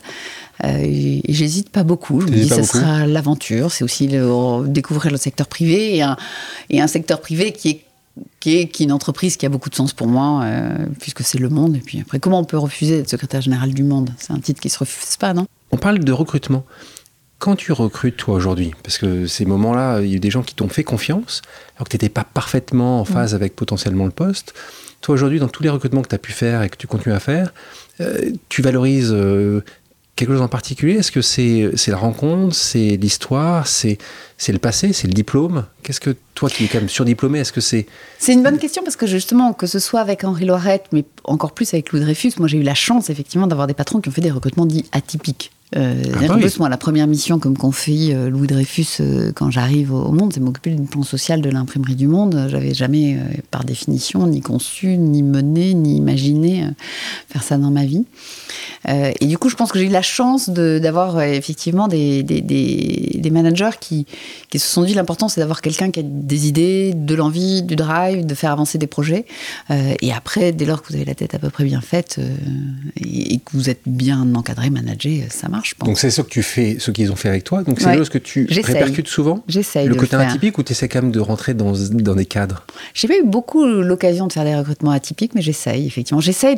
Et j'hésite pas beaucoup. Je me dis, ça sera l'aventure. C'est aussi découvrir le secteur privé et un secteur privé qui est une entreprise qui a beaucoup de sens pour moi, puisque c'est Le Monde. Et puis après, comment on peut refuser d'être secrétaire général du Monde? C'est un titre qui se refuse pas, non? On parle de recrutement. Quand tu recrutes, toi, aujourd'hui, parce que ces moments-là, il y a eu des gens qui t'ont fait confiance, alors que tu n'étais pas parfaitement en phase avec potentiellement le poste. Toi, aujourd'hui, dans tous les recrutements que tu as pu faire et que tu continues à faire, tu valorises quelque chose en particulier? Est-ce que c'est la rencontre, c'est l'histoire, c'est le passé, c'est le diplôme? Qu'est-ce que toi, qui es quand même surdiplômé, est-ce que c'est... C'est une bonne question parce que justement, que ce soit avec Henri Loiret, mais encore plus avec Louis Dreyfus, moi j'ai eu la chance effectivement d'avoir des patrons qui ont fait des recrutements dits atypiques. En plus, moi, la première mission que me confie Louis Dreyfus quand j'arrive au Monde, c'est m'occuper du plan social de l'imprimerie du Monde. J'avais jamais, par définition, ni conçu, ni mené, ni imaginé faire ça dans ma vie. Et du coup, je pense que j'ai eu la chance d'avoir effectivement des managers qui se sont dit l'important, c'est d'avoir quelqu'un qui a des idées, de l'envie, du drive, de faire avancer des projets. Et après, dès lors que vous avez la tête à peu près bien faite et que vous êtes bien encadré, managé, ça marche, je pense. Donc c'est ce que tu fais, ce qu'ils ont fait avec toi. Donc c'est ce que tu répercutes souvent. J'essaye. Le côté atypique, ou tu essaies quand même de rentrer dans des cadres? J'ai pas eu beaucoup l'occasion de faire des recrutements atypiques, mais j'essaye, effectivement. J'essaye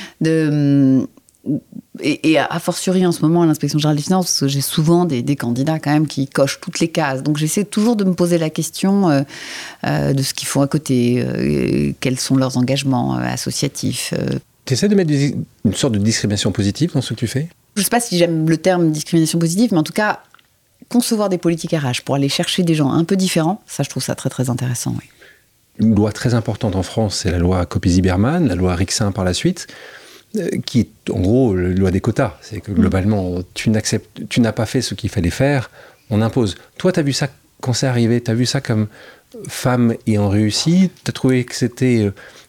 et a fortiori en ce moment à l'inspection générale des finances, parce que j'ai souvent des candidats quand même qui cochent toutes les cases. Donc j'essaie toujours de me poser la question de ce qu'ils font à côté, quels sont leurs engagements associatifs. Tu essaies de mettre une sorte de discrimination positive dans ce que tu fais? Je ne sais pas si j'aime le terme discrimination positive, mais en tout cas, concevoir des politiques RH pour aller chercher des gens un peu différents, ça je trouve ça très très intéressant, oui. Une loi très importante en France, c'est la loi Copé-Zimmermann, la loi Rixain par la suite, qui est en gros la loi des quotas. C'est que globalement, tu n'as pas fait ce qu'il fallait faire, on impose. Toi, tu as vu ça quand c'est arrivé, tu as vu ça comme femme ayant réussi, tu as trouvé que c'était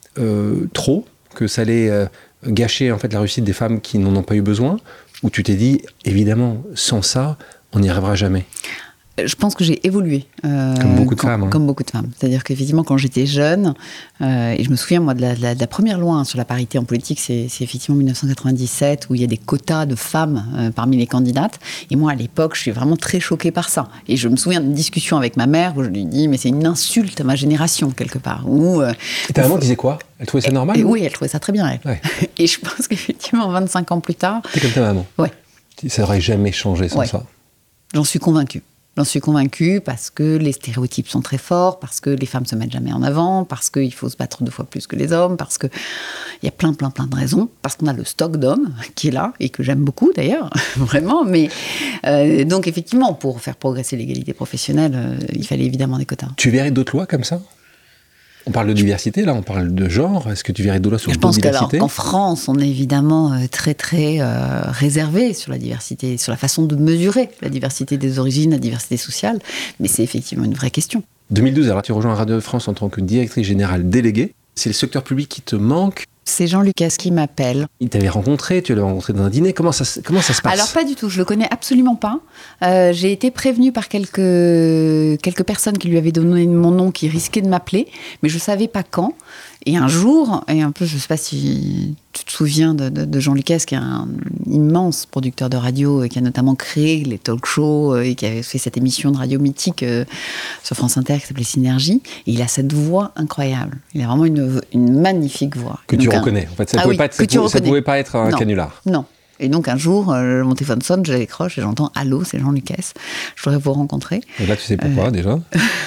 trop, que ça allait gâcher en fait la réussite des femmes qui n'en ont pas eu besoin, ou tu t'es dit, évidemment, sans ça, on n'y arrivera jamais? Je pense que j'ai évolué. Comme beaucoup de femmes. Comme beaucoup de femmes. C'est-à-dire qu'effectivement, quand j'étais jeune, et je me souviens, moi, de la première loi sur la parité en politique, c'est effectivement 1997, où il y a des quotas de femmes parmi les candidates. Et moi, à l'époque, je suis vraiment très choquée par ça. Et je me souviens d'une discussion avec ma mère, où je lui dis, mais c'est une insulte à ma génération, quelque part. Et ta maman disait quoi? Elle trouvait ça normal? Oui, elle trouvait ça très bien, elle. Ouais. Et je pense qu'effectivement, 25 ans plus tard... T'es comme ta maman? Ouais. Ça n'aurait jamais changé sans ça? J'en suis convaincue. J'en suis convaincue parce que les stéréotypes sont très forts, parce que les femmes se mettent jamais en avant, parce qu'il faut se battre 2 fois plus que les hommes, parce qu'il y a plein de raisons, parce qu'on a le stock d'hommes qui est là, et que j'aime beaucoup d'ailleurs, vraiment. Mais donc effectivement, pour faire progresser l'égalité professionnelle, il fallait évidemment des quotas. Tu verrais d'autres lois comme ça? On parle de diversité, là, on parle de genre. Est-ce que tu verrais d'autres lois sur la diversité? Je pense qu'en France, on est évidemment très, très réservé sur la diversité, sur la façon de mesurer la diversité des origines, la diversité sociale. Mais c'est effectivement une vraie question. 2012, alors tu rejoins Radio France en tant que directrice générale déléguée. C'est le secteur public qui te manque? C'est Jean Lucas qui m'appelle. Il t'avait rencontré, tu l'avais rencontré dans un dîner. Comment ça se passe? Alors pas du tout, je le connais absolument pas. J'ai été prévenue par quelques personnes qui lui avaient donné mon nom, qui risquaient de m'appeler, mais je savais pas quand. Et un jour, et un peu, je sais pas si tu te souviens de Jean Lucas, qui est un immense producteur de radio et qui a notamment créé les talk shows et qui avait fait cette émission de radio mythique sur France Inter qui s'appelait Synergie. Et il a cette voix incroyable. Il a vraiment une magnifique voix. Que tu reconnais. En fait, ça ne pouvait pas être un canular. Non. Et donc un jour, mon téléphone sonne, je décroche et j'entends « Allô, c'est Jean Lucas, je voudrais vous rencontrer ». Et là, tu sais pourquoi déjà.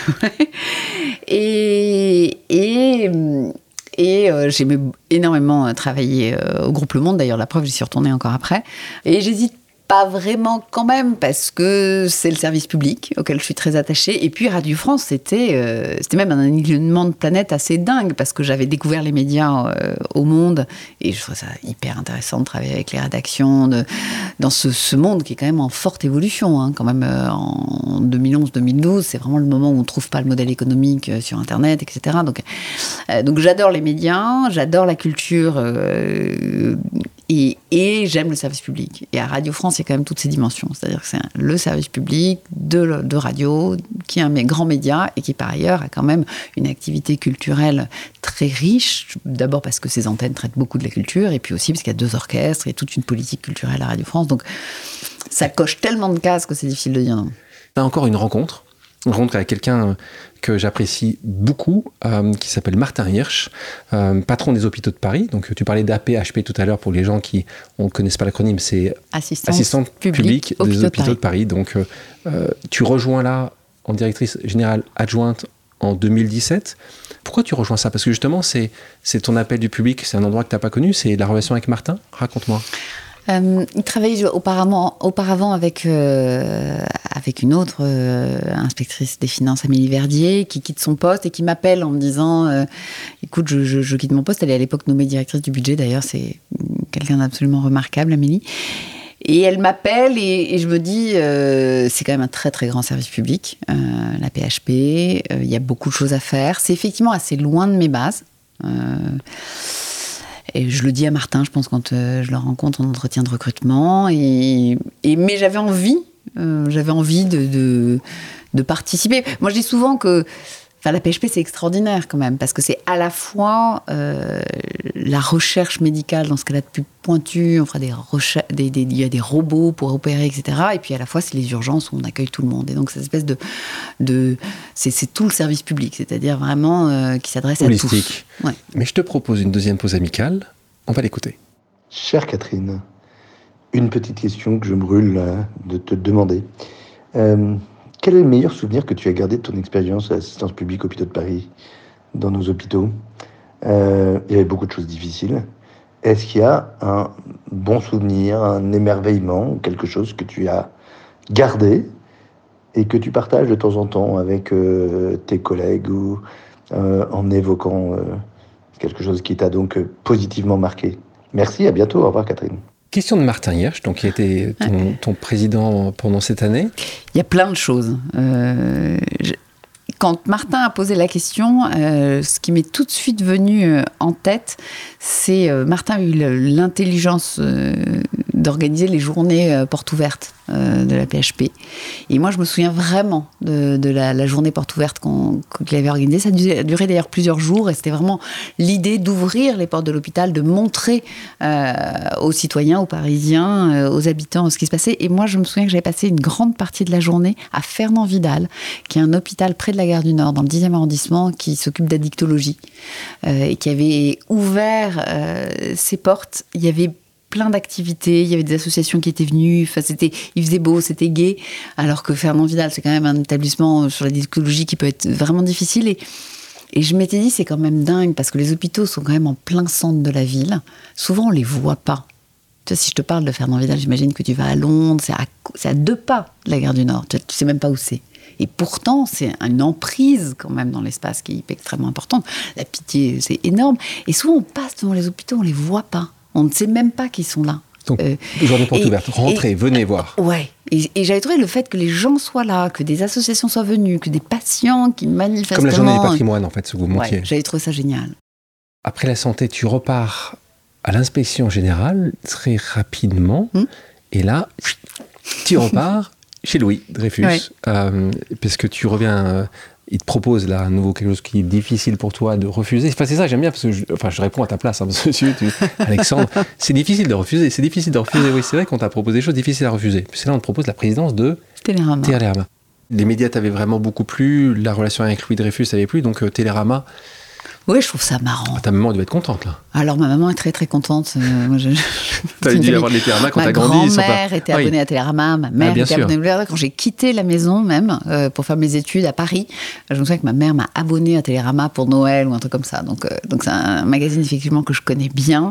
Et j'aimais énormément travailler au groupe Le Monde. D'ailleurs, la preuve, j'y suis retournée encore après. Et j'hésite pas vraiment quand même, parce que c'est le service public auquel je suis très attachée. Et puis Radio France, c'était même un alignement de planète assez dingue, parce que j'avais découvert les médias au Monde, et je trouvais ça hyper intéressant de travailler avec les rédactions, dans ce monde qui est quand même en forte évolution. Hein, quand même, en 2011-2012, c'est vraiment le moment où on ne trouve pas le modèle économique sur Internet, etc. Donc j'adore les médias, j'adore la culture, et j'aime le service public. Et à Radio France, il y a quand même toutes ces dimensions. C'est-à-dire que c'est le service public de radio, qui est un grand média, et qui, par ailleurs, a quand même une activité culturelle très riche. D'abord parce que ses antennes traitent beaucoup de la culture, et puis aussi parce qu'il y a 2 orchestres, et toute une politique culturelle à Radio France. Donc, ça coche tellement de cases que c'est difficile de dire non. Tu as encore une rencontre avec quelqu'un que j'apprécie beaucoup, qui s'appelle Martin Hirsch, patron des hôpitaux de Paris. Donc, tu parlais d'AP-HP tout à l'heure, pour les gens qui ne connaissent pas l'acronyme, c'est Assistante publique des hôpitaux de Paris. Donc, tu rejoins là en directrice générale adjointe en 2017. Pourquoi tu rejoins ça? Parce que justement, c'est ton appel du public, c'est un endroit que tu n'as pas connu, c'est la relation avec Martin. Raconte-moi. Il travaillait auparavant avec une autre inspectrice des finances, Amélie Verdier, qui quitte son poste et qui m'appelle en me disant écoute, je quitte mon poste. Elle est à l'époque nommée directrice du budget, d'ailleurs, c'est quelqu'un d'absolument remarquable, Amélie. Et elle m'appelle et je me dis, c'est quand même un très très grand service public, la PHP, il y a beaucoup de choses à faire. C'est effectivement assez loin de mes bases. Et je le dis à Martin, je pense, quand je le rencontre en entretien de recrutement. Mais j'avais envie de participer. Moi, je dis souvent que la PHP, c'est extraordinaire quand même, parce que c'est à la fois la recherche médicale dans ce qu'elle a de plus pointu, on fera il y a des robots pour opérer, etc. Et puis à la fois, c'est les urgences où on accueille tout le monde. Et donc, cette espèce c'est tout le service public, c'est-à-dire vraiment qui s'adresse à tous. Ouais. Mais je te propose une deuxième pause amicale. On va l'écouter. Chère Catherine, une petite question que je brûle de te demander. Quel est le meilleur souvenir que tu as gardé de ton expérience à l'assistance publique Hôpitaux de Paris, dans nos hôpitaux ? Il y avait beaucoup de choses difficiles. Est-ce qu'il y a un bon souvenir, un émerveillement, quelque chose que tu as gardé et que tu partages de temps en temps avec tes collègues ou en évoquant quelque chose qui t'a donc positivement marqué ? Merci, à bientôt. Au revoir Catherine. Question de Martin Hirsch, donc, qui était ton président pendant cette année. Il y a plein de choses. Quand Martin a posé la question, ce qui m'est tout de suite venu en tête, c'est Martin a eu l'intelligence d'organiser les journées portes ouvertes de la PHP. Et moi, je me souviens vraiment de la journée porte ouverte qu'il avait organisée. Ça a duré d'ailleurs plusieurs jours et c'était vraiment l'idée d'ouvrir les portes de l'hôpital, de montrer aux citoyens, aux Parisiens, aux habitants ce qui se passait. Et moi, je me souviens que j'avais passé une grande partie de la journée à Fernand-Vidal, qui est un hôpital près de la gare du Nord, dans le 10e arrondissement, qui s'occupe d'addictologie et qui avait ouvert ses portes. Il y avait plein d'activités, il y avait des associations qui étaient venues, il faisait beau, c'était gai, alors que Fernand-Vidal, c'est quand même un établissement sur la discologie qui peut être vraiment difficile. Et je m'étais dit, c'est quand même dingue, parce que les hôpitaux sont quand même en plein centre de la ville. Souvent, on les voit pas. Tu vois, si je te parle de Fernand-Vidal, j'imagine que tu vas à Londres, c'est à 2 pas de la gare du Nord, tu sais même pas où c'est. Et pourtant, c'est une emprise quand même dans l'espace qui est extrêmement importante. La Pitié, c'est énorme. Et souvent, on passe devant les hôpitaux, on les voit pas. On ne sait même pas qu'ils sont là. Donc, journée porte ouverte, rentrez, venez voir. Ouais. Et j'avais trouvé le fait que les gens soient là, que des associations soient venues, que des patients qui manifestement... Comme la journée du patrimoine, en fait, ce que vous montiez. Ouais, j'avais trouvé ça génial. Après la santé, tu repars à l'inspection générale très rapidement. Et là, tu repars chez Louis Dreyfus. Ouais. Parce que tu reviens... il te propose là à nouveau quelque chose qui est difficile pour toi de refuser. Enfin, c'est ça, j'aime bien, parce que je réponds à ta place, hein, Alexandre. C'est difficile de refuser, oui, c'est vrai qu'on t'a proposé des choses difficiles à refuser. Puis c'est là on te propose la présidence de Télérama. Les médias t'avaient vraiment beaucoup plu, la relation avec Louis Dreyfus t'avait plu, donc Télérama... Oui, je trouve ça marrant. Ta maman devait être contente, là. Alors, ma maman est très, très contente. T'avais dû avoir de Télérama quand t'as grandi. Ma grand-mère était abonnée à Télérama, ma mère était abonnée à Télérama. Quand j'ai quitté la maison, même, pour faire mes études à Paris, je me souviens que ma mère m'a abonnée à Télérama pour Noël ou un truc comme ça. Donc c'est un magazine, effectivement, que je connais bien.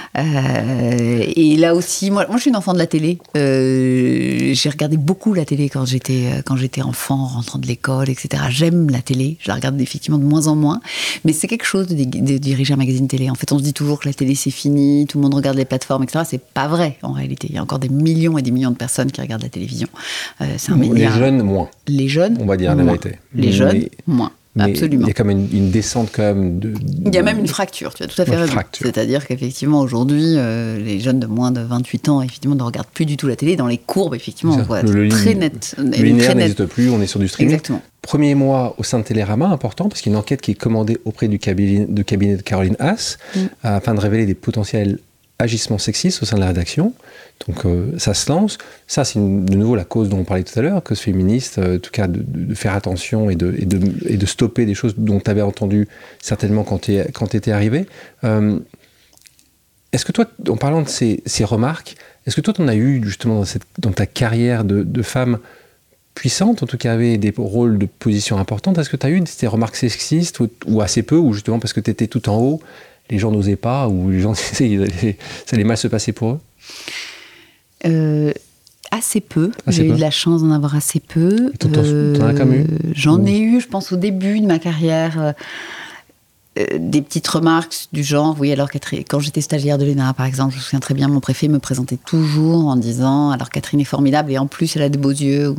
Et là aussi, moi, je suis une enfant de la télé. J'ai regardé beaucoup la télé quand j'étais enfant, en rentrant de l'école, etc. J'aime la télé. Je la regarde effectivement de moins en moins. Mais c'est quelque chose de diriger un magazine télé. En fait, on se dit toujours que la télé, c'est fini, tout le monde regarde les plateformes, etc. C'est pas vrai, en réalité. Il y a encore des millions et des millions de personnes qui regardent la télévision. C'est un média. Les jeunes, moins. Les jeunes, on va dire la vérité. Les jeunes, moins. Mais absolument. Il y a quand même une descente quand même Il y a même une fracture, tu as tout à fait raison. C'est-à-dire qu'effectivement, aujourd'hui, les jeunes de moins de 28 ans, effectivement, ne regardent plus du tout la télé. Dans les courbes, effectivement, on voit très net. Le linéaire n'existe plus, on est sur du streaming. Exactement. Premier mois au sein de Télérama, important, parce qu'il y a une enquête qui est commandée auprès du cabinet de Caroline Haas, afin de révéler des potentiels agissements sexistes au sein de la rédaction. Donc ça se lance. Ça, c'est de nouveau la cause dont on parlait tout à l'heure, cause féministe, en tout cas de faire attention et de stopper des choses dont tu avais entendu certainement quand tu étais arrivé. Est-ce que toi, en parlant de ces remarques, est-ce que toi, tu en as eu justement dans ta carrière de femme puissante, en tout cas avait des rôles de position importante, est-ce que tu as eu ces remarques sexistes ou assez peu, ou justement parce que tu étais tout en haut, les gens n'osaient pas, ou les gens, ça allait mal se passer pour eux? Assez peu. J'ai eu de la chance d'en avoir assez peu. T'en as quand même eu? J'en ai eu, je pense, au début de ma carrière. des petites remarques du genre, oui, alors Catherine, quand j'étais stagiaire de l'ENA, par exemple, je me souviens très bien, mon préfet me présentait toujours en disant, alors Catherine est formidable et en plus elle a des beaux yeux.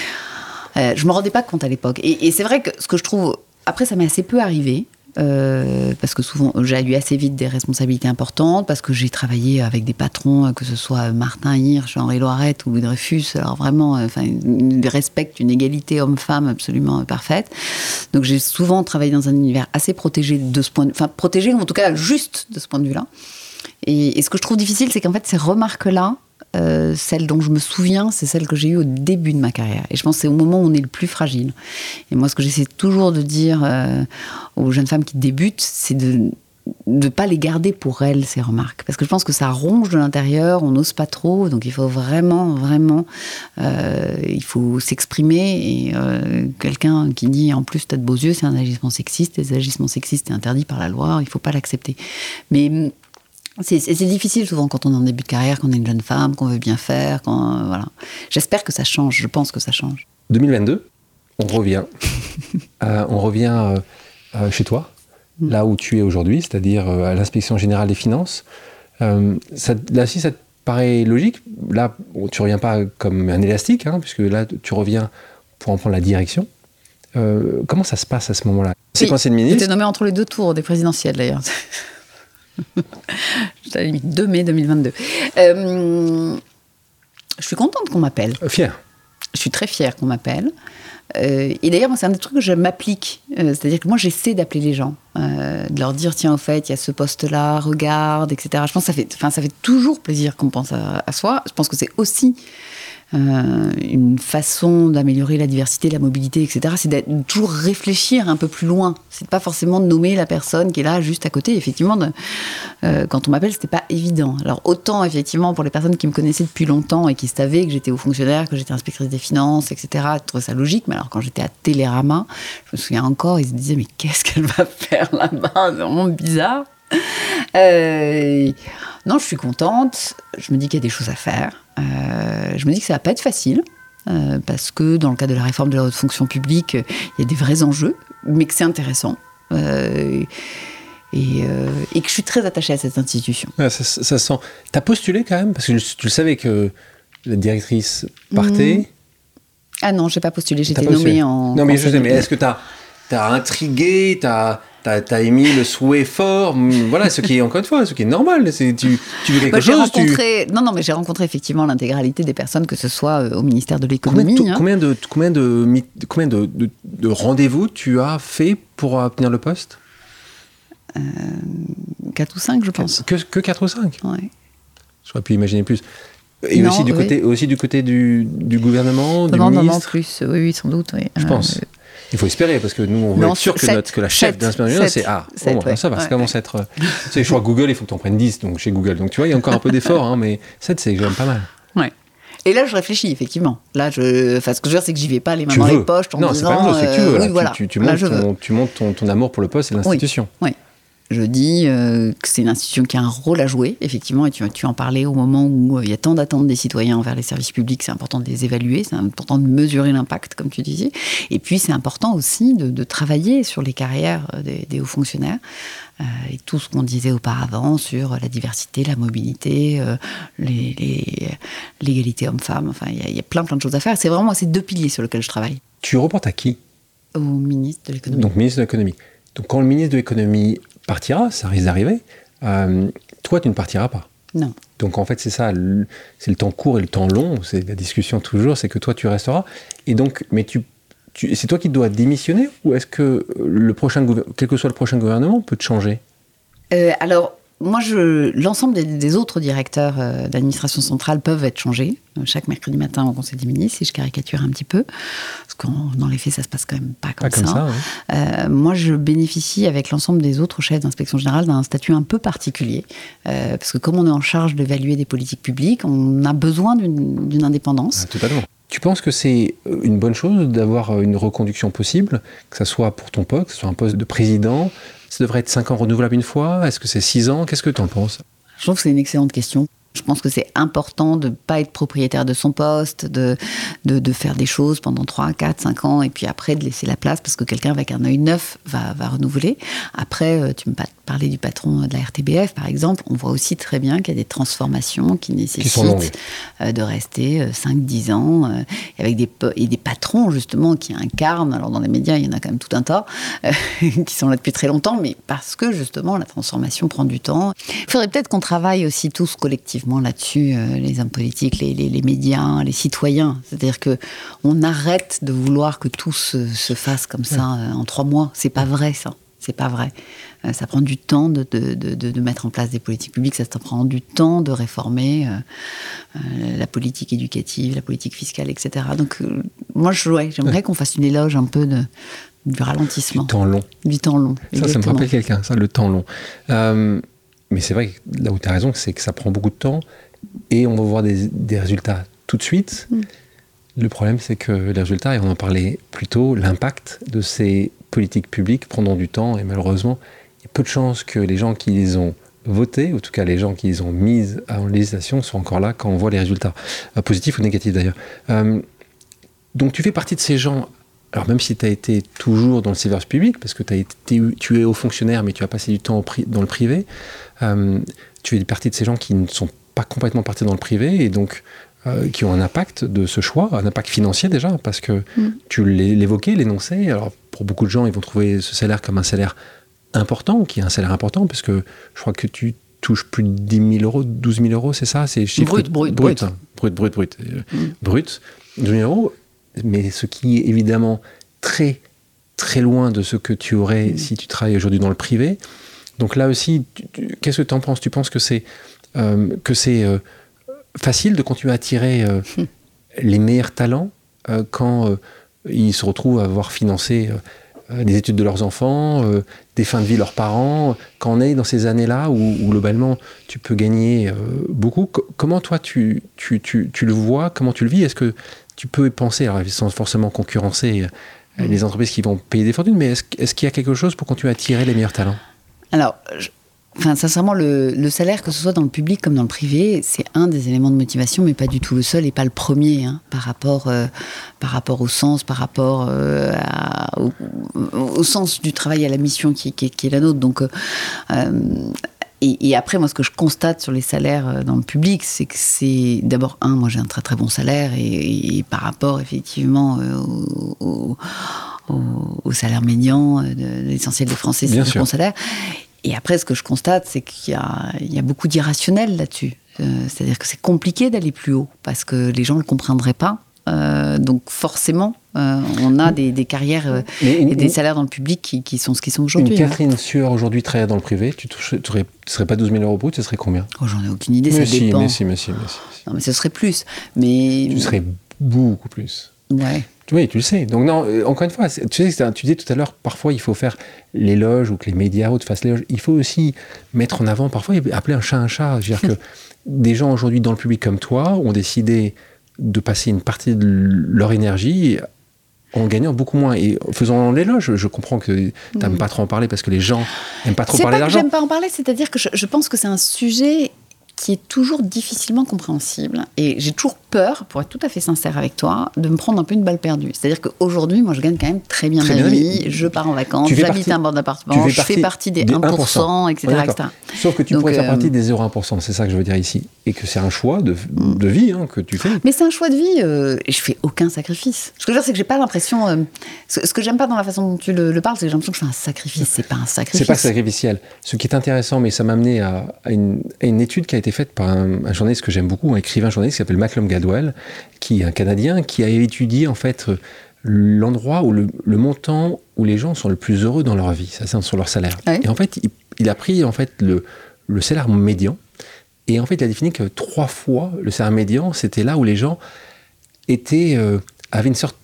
Je me rendais pas compte à l'époque. Et c'est vrai que ce que je trouve, après ça m'est assez peu arrivé, parce que souvent j'ai eu assez vite des responsabilités importantes, parce que j'ai travaillé avec des patrons, que ce soit Martin Hirsch, Henri Loiret ou Louis Dreyfus, alors vraiment, ils respectent une égalité homme-femme absolument parfaite. Donc j'ai souvent travaillé dans un univers assez protégé de ce point de vue, enfin protégé ou en tout cas juste de ce point de vue-là. Et ce que je trouve difficile, c'est qu'en fait ces remarques-là, celle dont je me souviens, c'est celle que j'ai eue au début de ma carrière. Et je pense que c'est au moment où on est le plus fragile. Et moi, ce que j'essaie toujours de dire aux jeunes femmes qui débutent, c'est de ne pas les garder pour elles, ces remarques. Parce que je pense que ça ronge de l'intérieur, on n'ose pas trop, donc il faut vraiment, il faut s'exprimer. Et quelqu'un qui dit, en plus, t'as de beaux yeux, c'est un agissement sexiste. Les agissements sexistes, c'est interdit par la loi, il ne faut pas l'accepter. Mais c'est difficile souvent quand on est en début de carrière, qu'on est une jeune femme, qu'on veut bien faire, voilà. J'espère que ça change, je pense que ça change. 2022, on revient. On revient chez toi, là où tu es aujourd'hui, c'est-à-dire à l'Inspection Générale des Finances. Là aussi, ça te paraît logique. Là, tu ne reviens pas comme un élastique, puisque là, tu reviens pour en prendre la direction. Comment ça se passe à ce moment-là? C'est Conseil de ministre. J'étais nommée entre les deux tours des présidentielles, d'ailleurs. J'étais à la limite 2 mai 2022. Je suis contente qu'on m'appelle. Fière. Je suis très fière qu'on m'appelle. Et d'ailleurs, moi, c'est un des trucs que je m'applique. C'est-à-dire que moi, j'essaie d'appeler les gens, de leur dire, tiens, au fait, il y a ce poste-là, regarde, etc. Je pense que ça fait toujours plaisir qu'on pense à soi. Je pense que c'est aussi une façon d'améliorer la diversité, la mobilité, etc. C'est de toujours réfléchir un peu plus loin. C'est pas forcément de nommer la personne qui est là juste à côté. Effectivement, quand on m'appelle, c'était pas évident. Alors autant effectivement pour les personnes qui me connaissaient depuis longtemps et qui savaient que j'étais haut fonctionnaire, que j'étais inspectrice des finances, etc. Je trouvais ça logique. Mais alors quand j'étais à Télérama, je me souviens encore, ils se disaient mais qu'est-ce qu'elle va faire là-bas? C'est vraiment bizarre. Non, je suis contente. Je me dis qu'il y a des choses à faire. Je me dis que ça va pas être facile, parce que dans le cadre de la réforme de la haute fonction publique, il y a des vrais enjeux, mais que c'est intéressant. Et que je suis très attachée à cette institution. Ouais, ça sent. T'as postulé quand même, parce que tu savais que la directrice partait. Ah non, j'ai pas postulé, j'étais nommée en... Non, mais je sais, mais est-ce que t'as intrigué, t'as émis le souhait fort, voilà, ce qui est, encore une fois, ce qui est normal, c'est tu veux quelque chose, Non, mais j'ai rencontré effectivement l'intégralité des personnes, que ce soit au ministère de l'économie. Combien de rendez-vous tu as fait pour obtenir le poste? 4 ou 5, je pense. Que 4 ou 5? Ouais. J'aurais pu imaginer plus. Et non, aussi du côté du gouvernement, du ministre? Non, plus, oui, sans doute, oui. Je pense. Il faut espérer, parce que nous, on veut être sûr que la chef d'inspection, c'est ça va, ça commence à être... Tu sais, je crois que Google, il faut que tu en prennes 10 donc, chez Google. Donc, tu vois, il y a encore un peu d'effort, mais 7, c'est quand même pas mal. Ouais. Et là, je réfléchis, effectivement. Là, ce que je veux dire, c'est que j'y vais pas les mains dans les poches en disant... Non, c'est pas une chose, c'est que tu veux. Oui, voilà. Tu montes ton amour pour le poste et l'institution. Oui. Je dis que c'est une institution qui a un rôle à jouer, effectivement, et tu en parlais au moment où il y a tant d'attentes des citoyens envers les services publics, c'est important de les évaluer, c'est important de mesurer l'impact, comme tu disais. Et puis, c'est important aussi de travailler sur les carrières des hauts fonctionnaires, et tout ce qu'on disait auparavant sur la diversité, la mobilité, l'égalité homme-femme. Enfin, il y a plein de choses à faire. C'est vraiment ces 2 piliers sur lesquels je travaille. Tu reportes à qui? Au ministre de l'économie. Donc, ministre de l'économie. Donc, quand le ministre de l'économie partira, ça risque d'arriver, toi, tu ne partiras pas. Non. Donc, en fait, c'est ça, c'est le temps court et le temps long, c'est la discussion toujours, c'est que toi, tu resteras. Et donc, mais c'est toi qui dois démissionner, ou est-ce que quel que soit le prochain gouvernement, peut te changer? Alors, moi, l'ensemble des autres directeurs d'administration centrale peuvent être changés chaque mercredi matin au Conseil des ministres, si je caricature un petit peu, parce que dans les faits, ça se passe quand même pas comme ça. Ouais. Moi, je bénéficie avec l'ensemble des autres chefs d'inspection générale d'un statut un peu particulier, parce que comme on est en charge d'évaluer des politiques publiques, on a besoin d'une indépendance. Totalement. Tu penses que c'est une bonne chose d'avoir une reconduction possible, que ça soit pour ton poste, que ce soit un poste de président? Ça devrait être 5 ans renouvelables une fois? Est-ce que c'est 6 ans? Qu'est-ce que tu en penses? Je trouve que c'est une excellente question. Je pense que c'est important de ne pas être propriétaire de son poste, de faire des choses pendant 3, 4, 5 ans, et puis après de laisser la place, parce que quelqu'un avec un œil neuf va renouveler. Après, tu me parlais du patron de la RTBF, par exemple. On voit aussi très bien qu'il y a des transformations qui nécessitent de rester 5, 10 ans, avec des patrons, justement, qui incarnent, alors dans les médias, il y en a quand même tout un tas, qui sont là depuis très longtemps, mais parce que, justement, la transformation prend du temps. Il faudrait peut-être qu'on travaille aussi tous collectivement là-dessus, les hommes politiques, les médias, les citoyens. C'est-à-dire qu'on arrête de vouloir que tout se fasse comme ça en 3 mois. C'est pas vrai, ça. C'est pas vrai. Ça prend du temps de mettre en place des politiques publiques, ça prend du temps de réformer la politique éducative, la politique fiscale, etc. Donc, moi, j'aimerais qu'on fasse une éloge un peu du ralentissement. Du temps long. Du temps long. Ça me rappelle quelqu'un, ça, le temps long. Mais c'est vrai que là où tu as raison, c'est que ça prend beaucoup de temps et on va voir des résultats tout de suite. Le problème, c'est que les résultats, et on en parlait plus tôt, l'impact de ces politiques publiques prendront du temps et malheureusement, il y a peu de chances que les gens qui les ont votées, ou en tout cas les gens qui les ont mises en législation, soient encore là quand on voit les résultats, positifs ou négatifs d'ailleurs. Donc tu fais partie de ces gens. Alors même si tu as été toujours dans le service public, parce que tu es haut fonctionnaire, mais tu as passé du temps dans le privé, tu fais partie de ces gens qui ne sont pas complètement partis dans le privé, et donc qui ont un impact de ce choix, un impact financier déjà, parce que tu l'évoquais, l'énonçais. Alors pour beaucoup de gens, ils vont trouver ce salaire comme un salaire important, qui est un salaire important, parce que je crois que tu touches plus de 10 000 euros, 12 000 euros, c'est ça? C'est chiffre brut. Brut, 12 000 euros. Mais ce qui est évidemment très, très loin de ce que tu aurais si tu travailles aujourd'hui dans le privé. Donc là aussi, qu'est-ce que tu en penses? Tu penses que c'est facile de continuer à attirer les meilleurs talents quand ils se retrouvent à avoir financé les études de leurs enfants, des fins de vie de leurs parents, quand on est dans ces années-là où globalement tu peux gagner beaucoup? Comment toi tu le vois? Comment tu le vis? Est-ce que tu peux y penser, alors sans forcément concurrencer les entreprises qui vont payer des fortunes, mais est-ce qu'il y a quelque chose pour continuer à attirer les meilleurs talents? Alors, sincèrement, le salaire, que ce soit dans le public comme dans le privé, c'est un des éléments de motivation, mais pas du tout le seul et pas le premier, par rapport au sens, par rapport au sens du travail, à la mission qui est la nôtre. Donc, et après, moi, ce que je constate sur les salaires dans le public, c'est que c'est d'abord, moi j'ai un très très bon salaire, et par rapport effectivement au salaire médian de l'essentiel des Français, c'est un bon salaire. Et après, ce que je constate, c'est qu'il y a beaucoup d'irrationnel là-dessus. C'est-à-dire que c'est compliqué d'aller plus haut, parce que les gens ne le comprendraient pas. Donc forcément, on a des carrières et des salaires dans le public qui sont ce qu'ils sont aujourd'hui. Une Catherine Sueur aujourd'hui travaille dans le privé, tu ne serais pas 12 000 euros brut, ce serait combien? J'en ai aucune idée, ça dépend. Mais si. Non, mais ce serait plus. Mais... Tu serais beaucoup plus. Ouais. Oui, tu le sais. Donc non, encore une fois, tu disais tout à l'heure, parfois il faut faire l'éloge, ou que les médias te fassent l'éloge. Il faut aussi mettre en avant, parfois appeler un chat un chat. Je veux dire que des gens aujourd'hui dans le public comme toi ont décidé de passer une partie de leur énergie en gagnant beaucoup moins. Et faisant l'éloge, je comprends que tu n'aimes pas trop en parler, parce que les gens n'aiment pas trop parler d'argent. C'est pas que j'aime pas en parler, c'est-à-dire que je pense que c'est un sujet qui est toujours difficilement compréhensible. Et j'ai toujours peur, pour être tout à fait sincère avec toi, de me prendre un peu une balle perdue. C'est-à-dire qu'aujourd'hui, moi, je gagne quand même très bien ma vie. Je pars en vacances, j'habite un bord d'appartement, je fais partie des 1%, etc. Sauf que tu pourrais faire partie des 0,1%, c'est ça que je veux dire ici. Et que c'est un choix de vie que tu fais. Mais c'est un choix de vie, et je fais aucun sacrifice. Ce que je veux dire, c'est que j'ai pas l'impression... ce que j'aime pas dans la façon dont tu le parles, c'est que j'ai l'impression que je fais un sacrifice. C'est pas un sacrifice. C'est pas sacrificiel. Ce qui est intéressant, mais ça m'a amené à une étude qui a été faite par un journaliste que j'aime beaucoup, un écrivain journaliste qui s'appelle Malcolm Gladwell, qui est un Canadien, qui a étudié en fait l'endroit où le montant où les gens sont le plus heureux dans leur vie, ça c'est sur leur salaire. Ouais. Et en fait, il a pris en fait le salaire médian, et en fait il a défini que 3 fois le salaire médian, c'était là où les gens avaient une sorte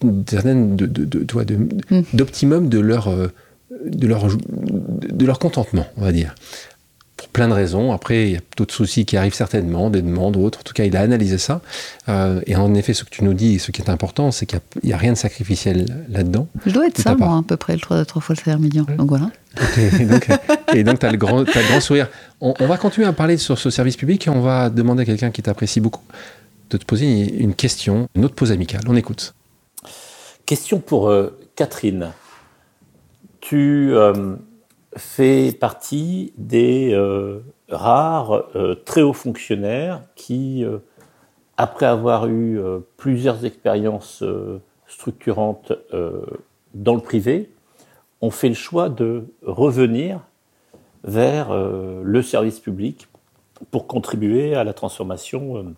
d'optimum de leur contentement, on va dire. plein de raisons. Après, il y a d'autres soucis qui arrivent certainement, des demandes ou autres. En tout cas, il a analysé ça. Et en effet, ce que tu nous dis, ce qui est important, c'est qu'il n'y a rien de sacrificiel là-dedans. Je dois être ça, moi, à peu près, trois fois le salaire médian. Donc voilà. Et donc tu as le grand sourire. On va continuer à parler sur ce service public et on va demander à quelqu'un qui t'apprécie beaucoup de te poser une question, une autre pause amicale. On écoute. Question pour Catherine. Tu fais partie des rares très hauts fonctionnaires qui, après avoir eu plusieurs expériences structurantes dans le privé, ont fait le choix de revenir vers le service public pour contribuer à la transformation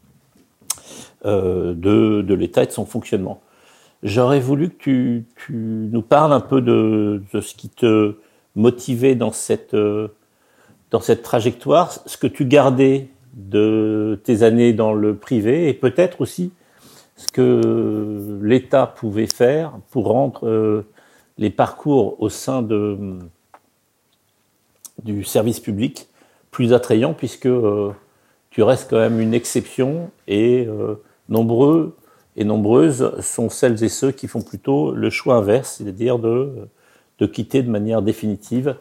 de l'État et de son fonctionnement. J'aurais voulu que tu nous parles un peu de ce qui te motivait dans cette trajectoire, ce que tu gardais de tes années dans le privé et peut-être aussi ce que l'État pouvait faire pour rendre les parcours au sein du service public plus attrayants puisque tu restes quand même une exception et nombreuses sont celles et ceux qui font plutôt le choix inverse, c'est-à-dire de quitter de manière définitive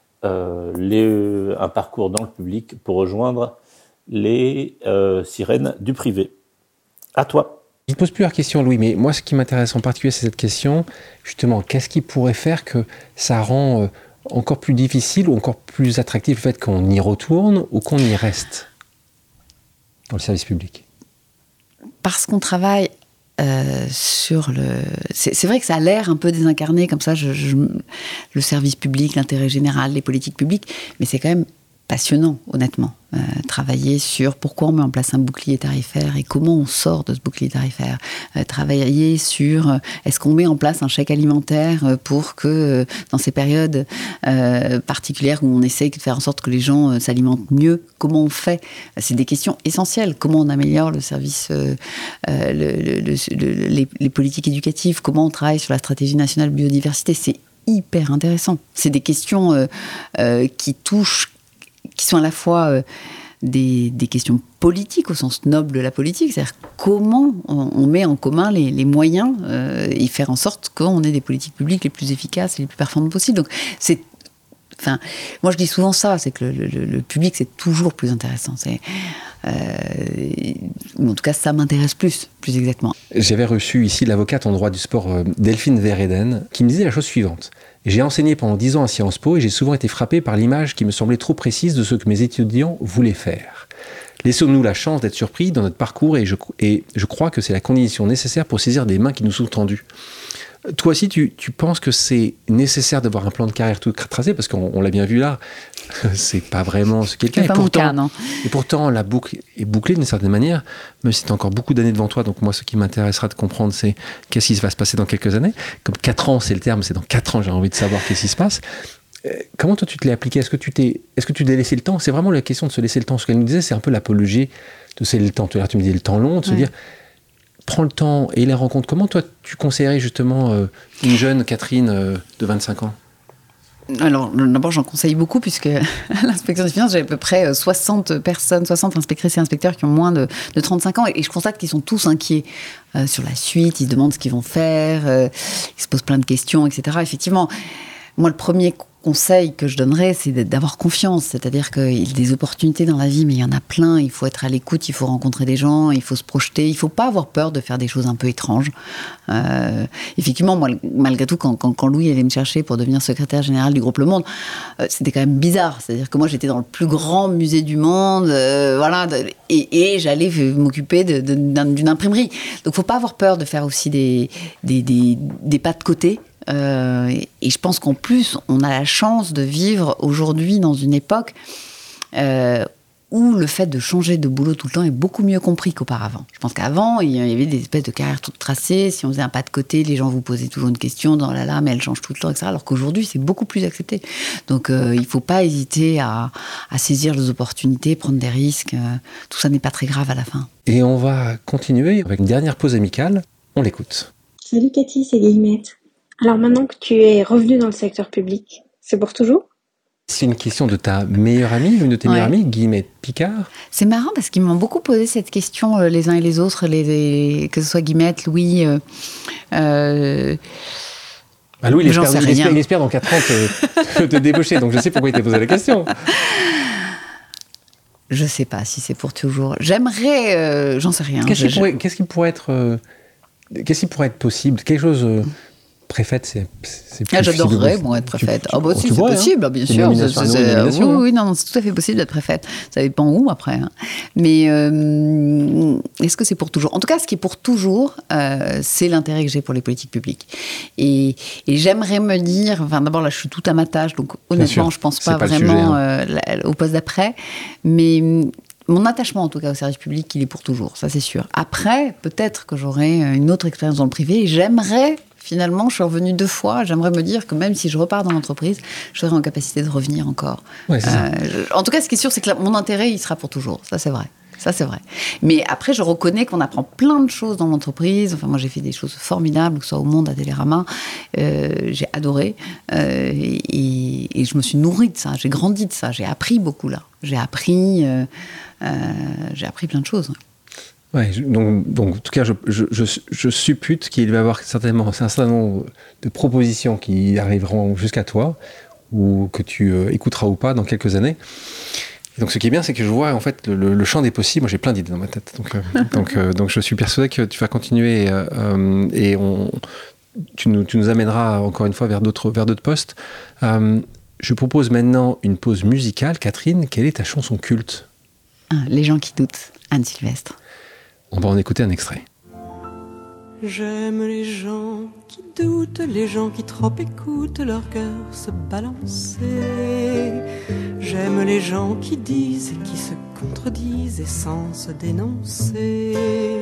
un parcours dans le public pour rejoindre les sirènes du privé. À toi. Je ne pose plus la question, Louis, mais moi, ce qui m'intéresse en particulier, c'est cette question, justement, qu'est-ce qui pourrait faire que ça rend encore plus difficile ou encore plus attractif le fait qu'on y retourne ou qu'on y reste dans le service public ? Parce qu'on travaille sur le... C'est vrai que ça a l'air un peu désincarné, comme ça, le service public, l'intérêt général, les politiques publiques, mais c'est quand même passionnant, honnêtement. Travailler sur pourquoi on met en place un bouclier tarifaire et comment on sort de ce bouclier tarifaire. Travailler sur est-ce qu'on met en place un chèque alimentaire pour que dans ces périodes particulières où on essaie de faire en sorte que les gens s'alimentent mieux, comment on fait ? C'est des questions essentielles. Comment on améliore le service, les politiques éducatives, comment on travaille sur la stratégie nationale biodiversité, c'est hyper intéressant. C'est des questions qui sont à la fois des questions politiques, au sens noble de la politique, c'est-à-dire comment on met en commun les moyens et faire en sorte qu'on ait des politiques publiques les plus efficaces et les plus performantes possibles. Donc, moi je dis souvent ça, c'est que le public c'est toujours plus intéressant. En tout cas, ça m'intéresse plus exactement. J'avais reçu ici l'avocate en droit du sport Delphine Verheyden qui me disait la chose suivante. J'ai enseigné pendant 10 ans à Sciences Po et j'ai souvent été frappé par l'image qui me semblait trop précise de ce que mes étudiants voulaient faire. Laissons-nous la chance d'être surpris dans notre parcours et je crois que c'est la condition nécessaire pour saisir des mains qui nous sont tendues. Toi aussi, tu penses que c'est nécessaire d'avoir un plan de carrière tout tracé, parce qu'on l'a bien vu là, c'est pas vraiment ce quelqu'un. Et pourtant, la boucle est bouclée d'une certaine manière, même si tu as encore beaucoup d'années devant toi. Donc moi, ce qui m'intéressera de comprendre, c'est qu'est-ce qui va se passer dans quelques années. Comme 4 ans, c'est le terme, c'est dans 4 ans, j'ai envie de savoir qu'est-ce qui se passe. Comment toi, tu te l'es appliqué ? Est-ce que tu t'es laissé le temps ? C'est vraiment la question de se laisser le temps. Ce qu'elle nous disait, c'est un peu l'apologie de se laisser le temps. Tu me disais le temps long, de se dire... Prends le temps et les rencontres. Comment toi, tu conseillerais justement une jeune Catherine de 25 ans ? Alors, d'abord, j'en conseille beaucoup, puisque à l'inspection des finances, j'ai à peu près 60 personnes, 60 inspectrices et inspecteurs qui ont moins de 35 ans, et je constate qu'ils sont tous inquiets sur la suite, ils se demandent ce qu'ils vont faire, ils se posent plein de questions, etc. Effectivement, moi, le premier conseil que je donnerais, c'est d'avoir confiance, c'est-à-dire qu'il y a des opportunités dans la vie, mais il y en a plein, il faut être à l'écoute, il faut rencontrer des gens, il faut se projeter, il ne faut pas avoir peur de faire des choses un peu étranges. Effectivement, moi, malgré tout, quand Louis allait me chercher pour devenir secrétaire général du groupe Le Monde, c'était quand même bizarre, c'est-à-dire que moi, j'étais dans le plus grand musée du monde, et j'allais m'occuper d'une imprimerie. Donc, il ne faut pas avoir peur de faire aussi des pas de côté. Et je pense qu'en plus, on a la chance de vivre aujourd'hui dans une époque où le fait de changer de boulot tout le temps est beaucoup mieux compris qu'auparavant. Je pense qu'avant, il y avait des espèces de carrières toutes tracées. Si on faisait un pas de côté, les gens vous posaient toujours une question dans mais elle change tout le temps, etc. Alors qu'aujourd'hui, c'est beaucoup plus accepté. Donc, il ne faut pas hésiter à saisir les opportunités, prendre des risques. Tout ça n'est pas très grave à la fin. Et on va continuer avec une dernière pause amicale. On l'écoute. Salut Cathy, c'est Guillemette. Alors maintenant que tu es revenue dans le secteur public, c'est pour toujours ? C'est une question de ta meilleure amie, l'une de tes meilleures amies, Guillemette Picard. C'est marrant parce qu'ils m'ont beaucoup posé cette question, les uns et les autres, que ce soit Guillemette, Louis. Louis, il espère dans 4 ans te débaucher, donc je sais pourquoi il t'a posé la question. Je sais pas si c'est pour toujours. J'aimerais, j'en sais rien. Qu'est-ce qui pourrait être possible? Quelque chose... Préfète, c'est plus j'adorerais, moi, être préfète. Si, c'est possible, bien sûr. Oui, non, c'est tout à fait possible d'être préfète. Ça dépend où, après. Hein. Mais est-ce que c'est pour toujours? En tout cas, ce qui est pour toujours, c'est l'intérêt que j'ai pour les politiques publiques. Et j'aimerais me dire... Enfin, d'abord, là, je suis tout à ma tâche, donc honnêtement, je ne pense pas vraiment au poste d'après. Mais... Mon attachement, en tout cas, au service public, il est pour toujours, ça c'est sûr. Après, peut-être que j'aurai une autre expérience dans le privé et j'aimerais... Finalement, je suis revenue 2 fois. J'aimerais me dire que même si je repars dans l'entreprise, je serai en capacité de revenir encore. Ouais, c'est ça. En tout cas, ce qui est sûr, c'est que mon intérêt, il sera pour toujours. Ça, c'est vrai. Mais après, je reconnais qu'on apprend plein de choses dans l'entreprise. Enfin, moi, j'ai fait des choses formidables, que ce soit au Monde, à Télérama. J'ai adoré. Et je me suis nourrie de ça. J'ai grandi de ça. J'ai appris beaucoup, là. J'ai appris plein de choses. Ouais, donc, en tout cas, je suppute qu'il va y avoir certainement un certain nombre de propositions qui arriveront jusqu'à toi, ou que tu écouteras ou pas dans quelques années. Et donc, ce qui est bien, c'est que je vois en fait le champ des possibles. Moi, j'ai plein d'idées dans ma tête. Donc, je suis persuadé que tu vas continuer et tu nous amèneras encore une fois vers d'autres postes. Je propose maintenant une pause musicale. Catherine, quelle est ta chanson culte? Les gens qui doutent, Anne Sylvestre. On va en écouter un extrait. J'aime les gens qui doutent, les gens qui trop écoutent leur cœur se balancer. J'aime les gens qui disent et qui se contredisent et sans se dénoncer.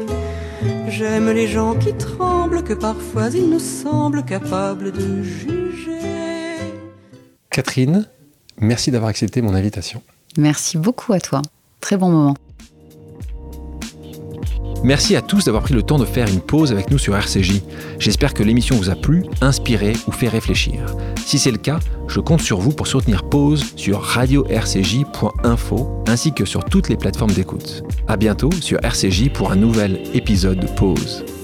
J'aime les gens qui tremblent, que parfois ils nous semblent capables de juger. Catherine, merci d'avoir accepté mon invitation. Merci beaucoup à toi. Très bon moment. Merci à tous d'avoir pris le temps de faire une pause avec nous sur RCJ. J'espère que l'émission vous a plu, inspiré ou fait réfléchir. Si c'est le cas, je compte sur vous pour soutenir Pause sur radio-rcj.info ainsi que sur toutes les plateformes d'écoute. À bientôt sur RCJ pour un nouvel épisode de Pause.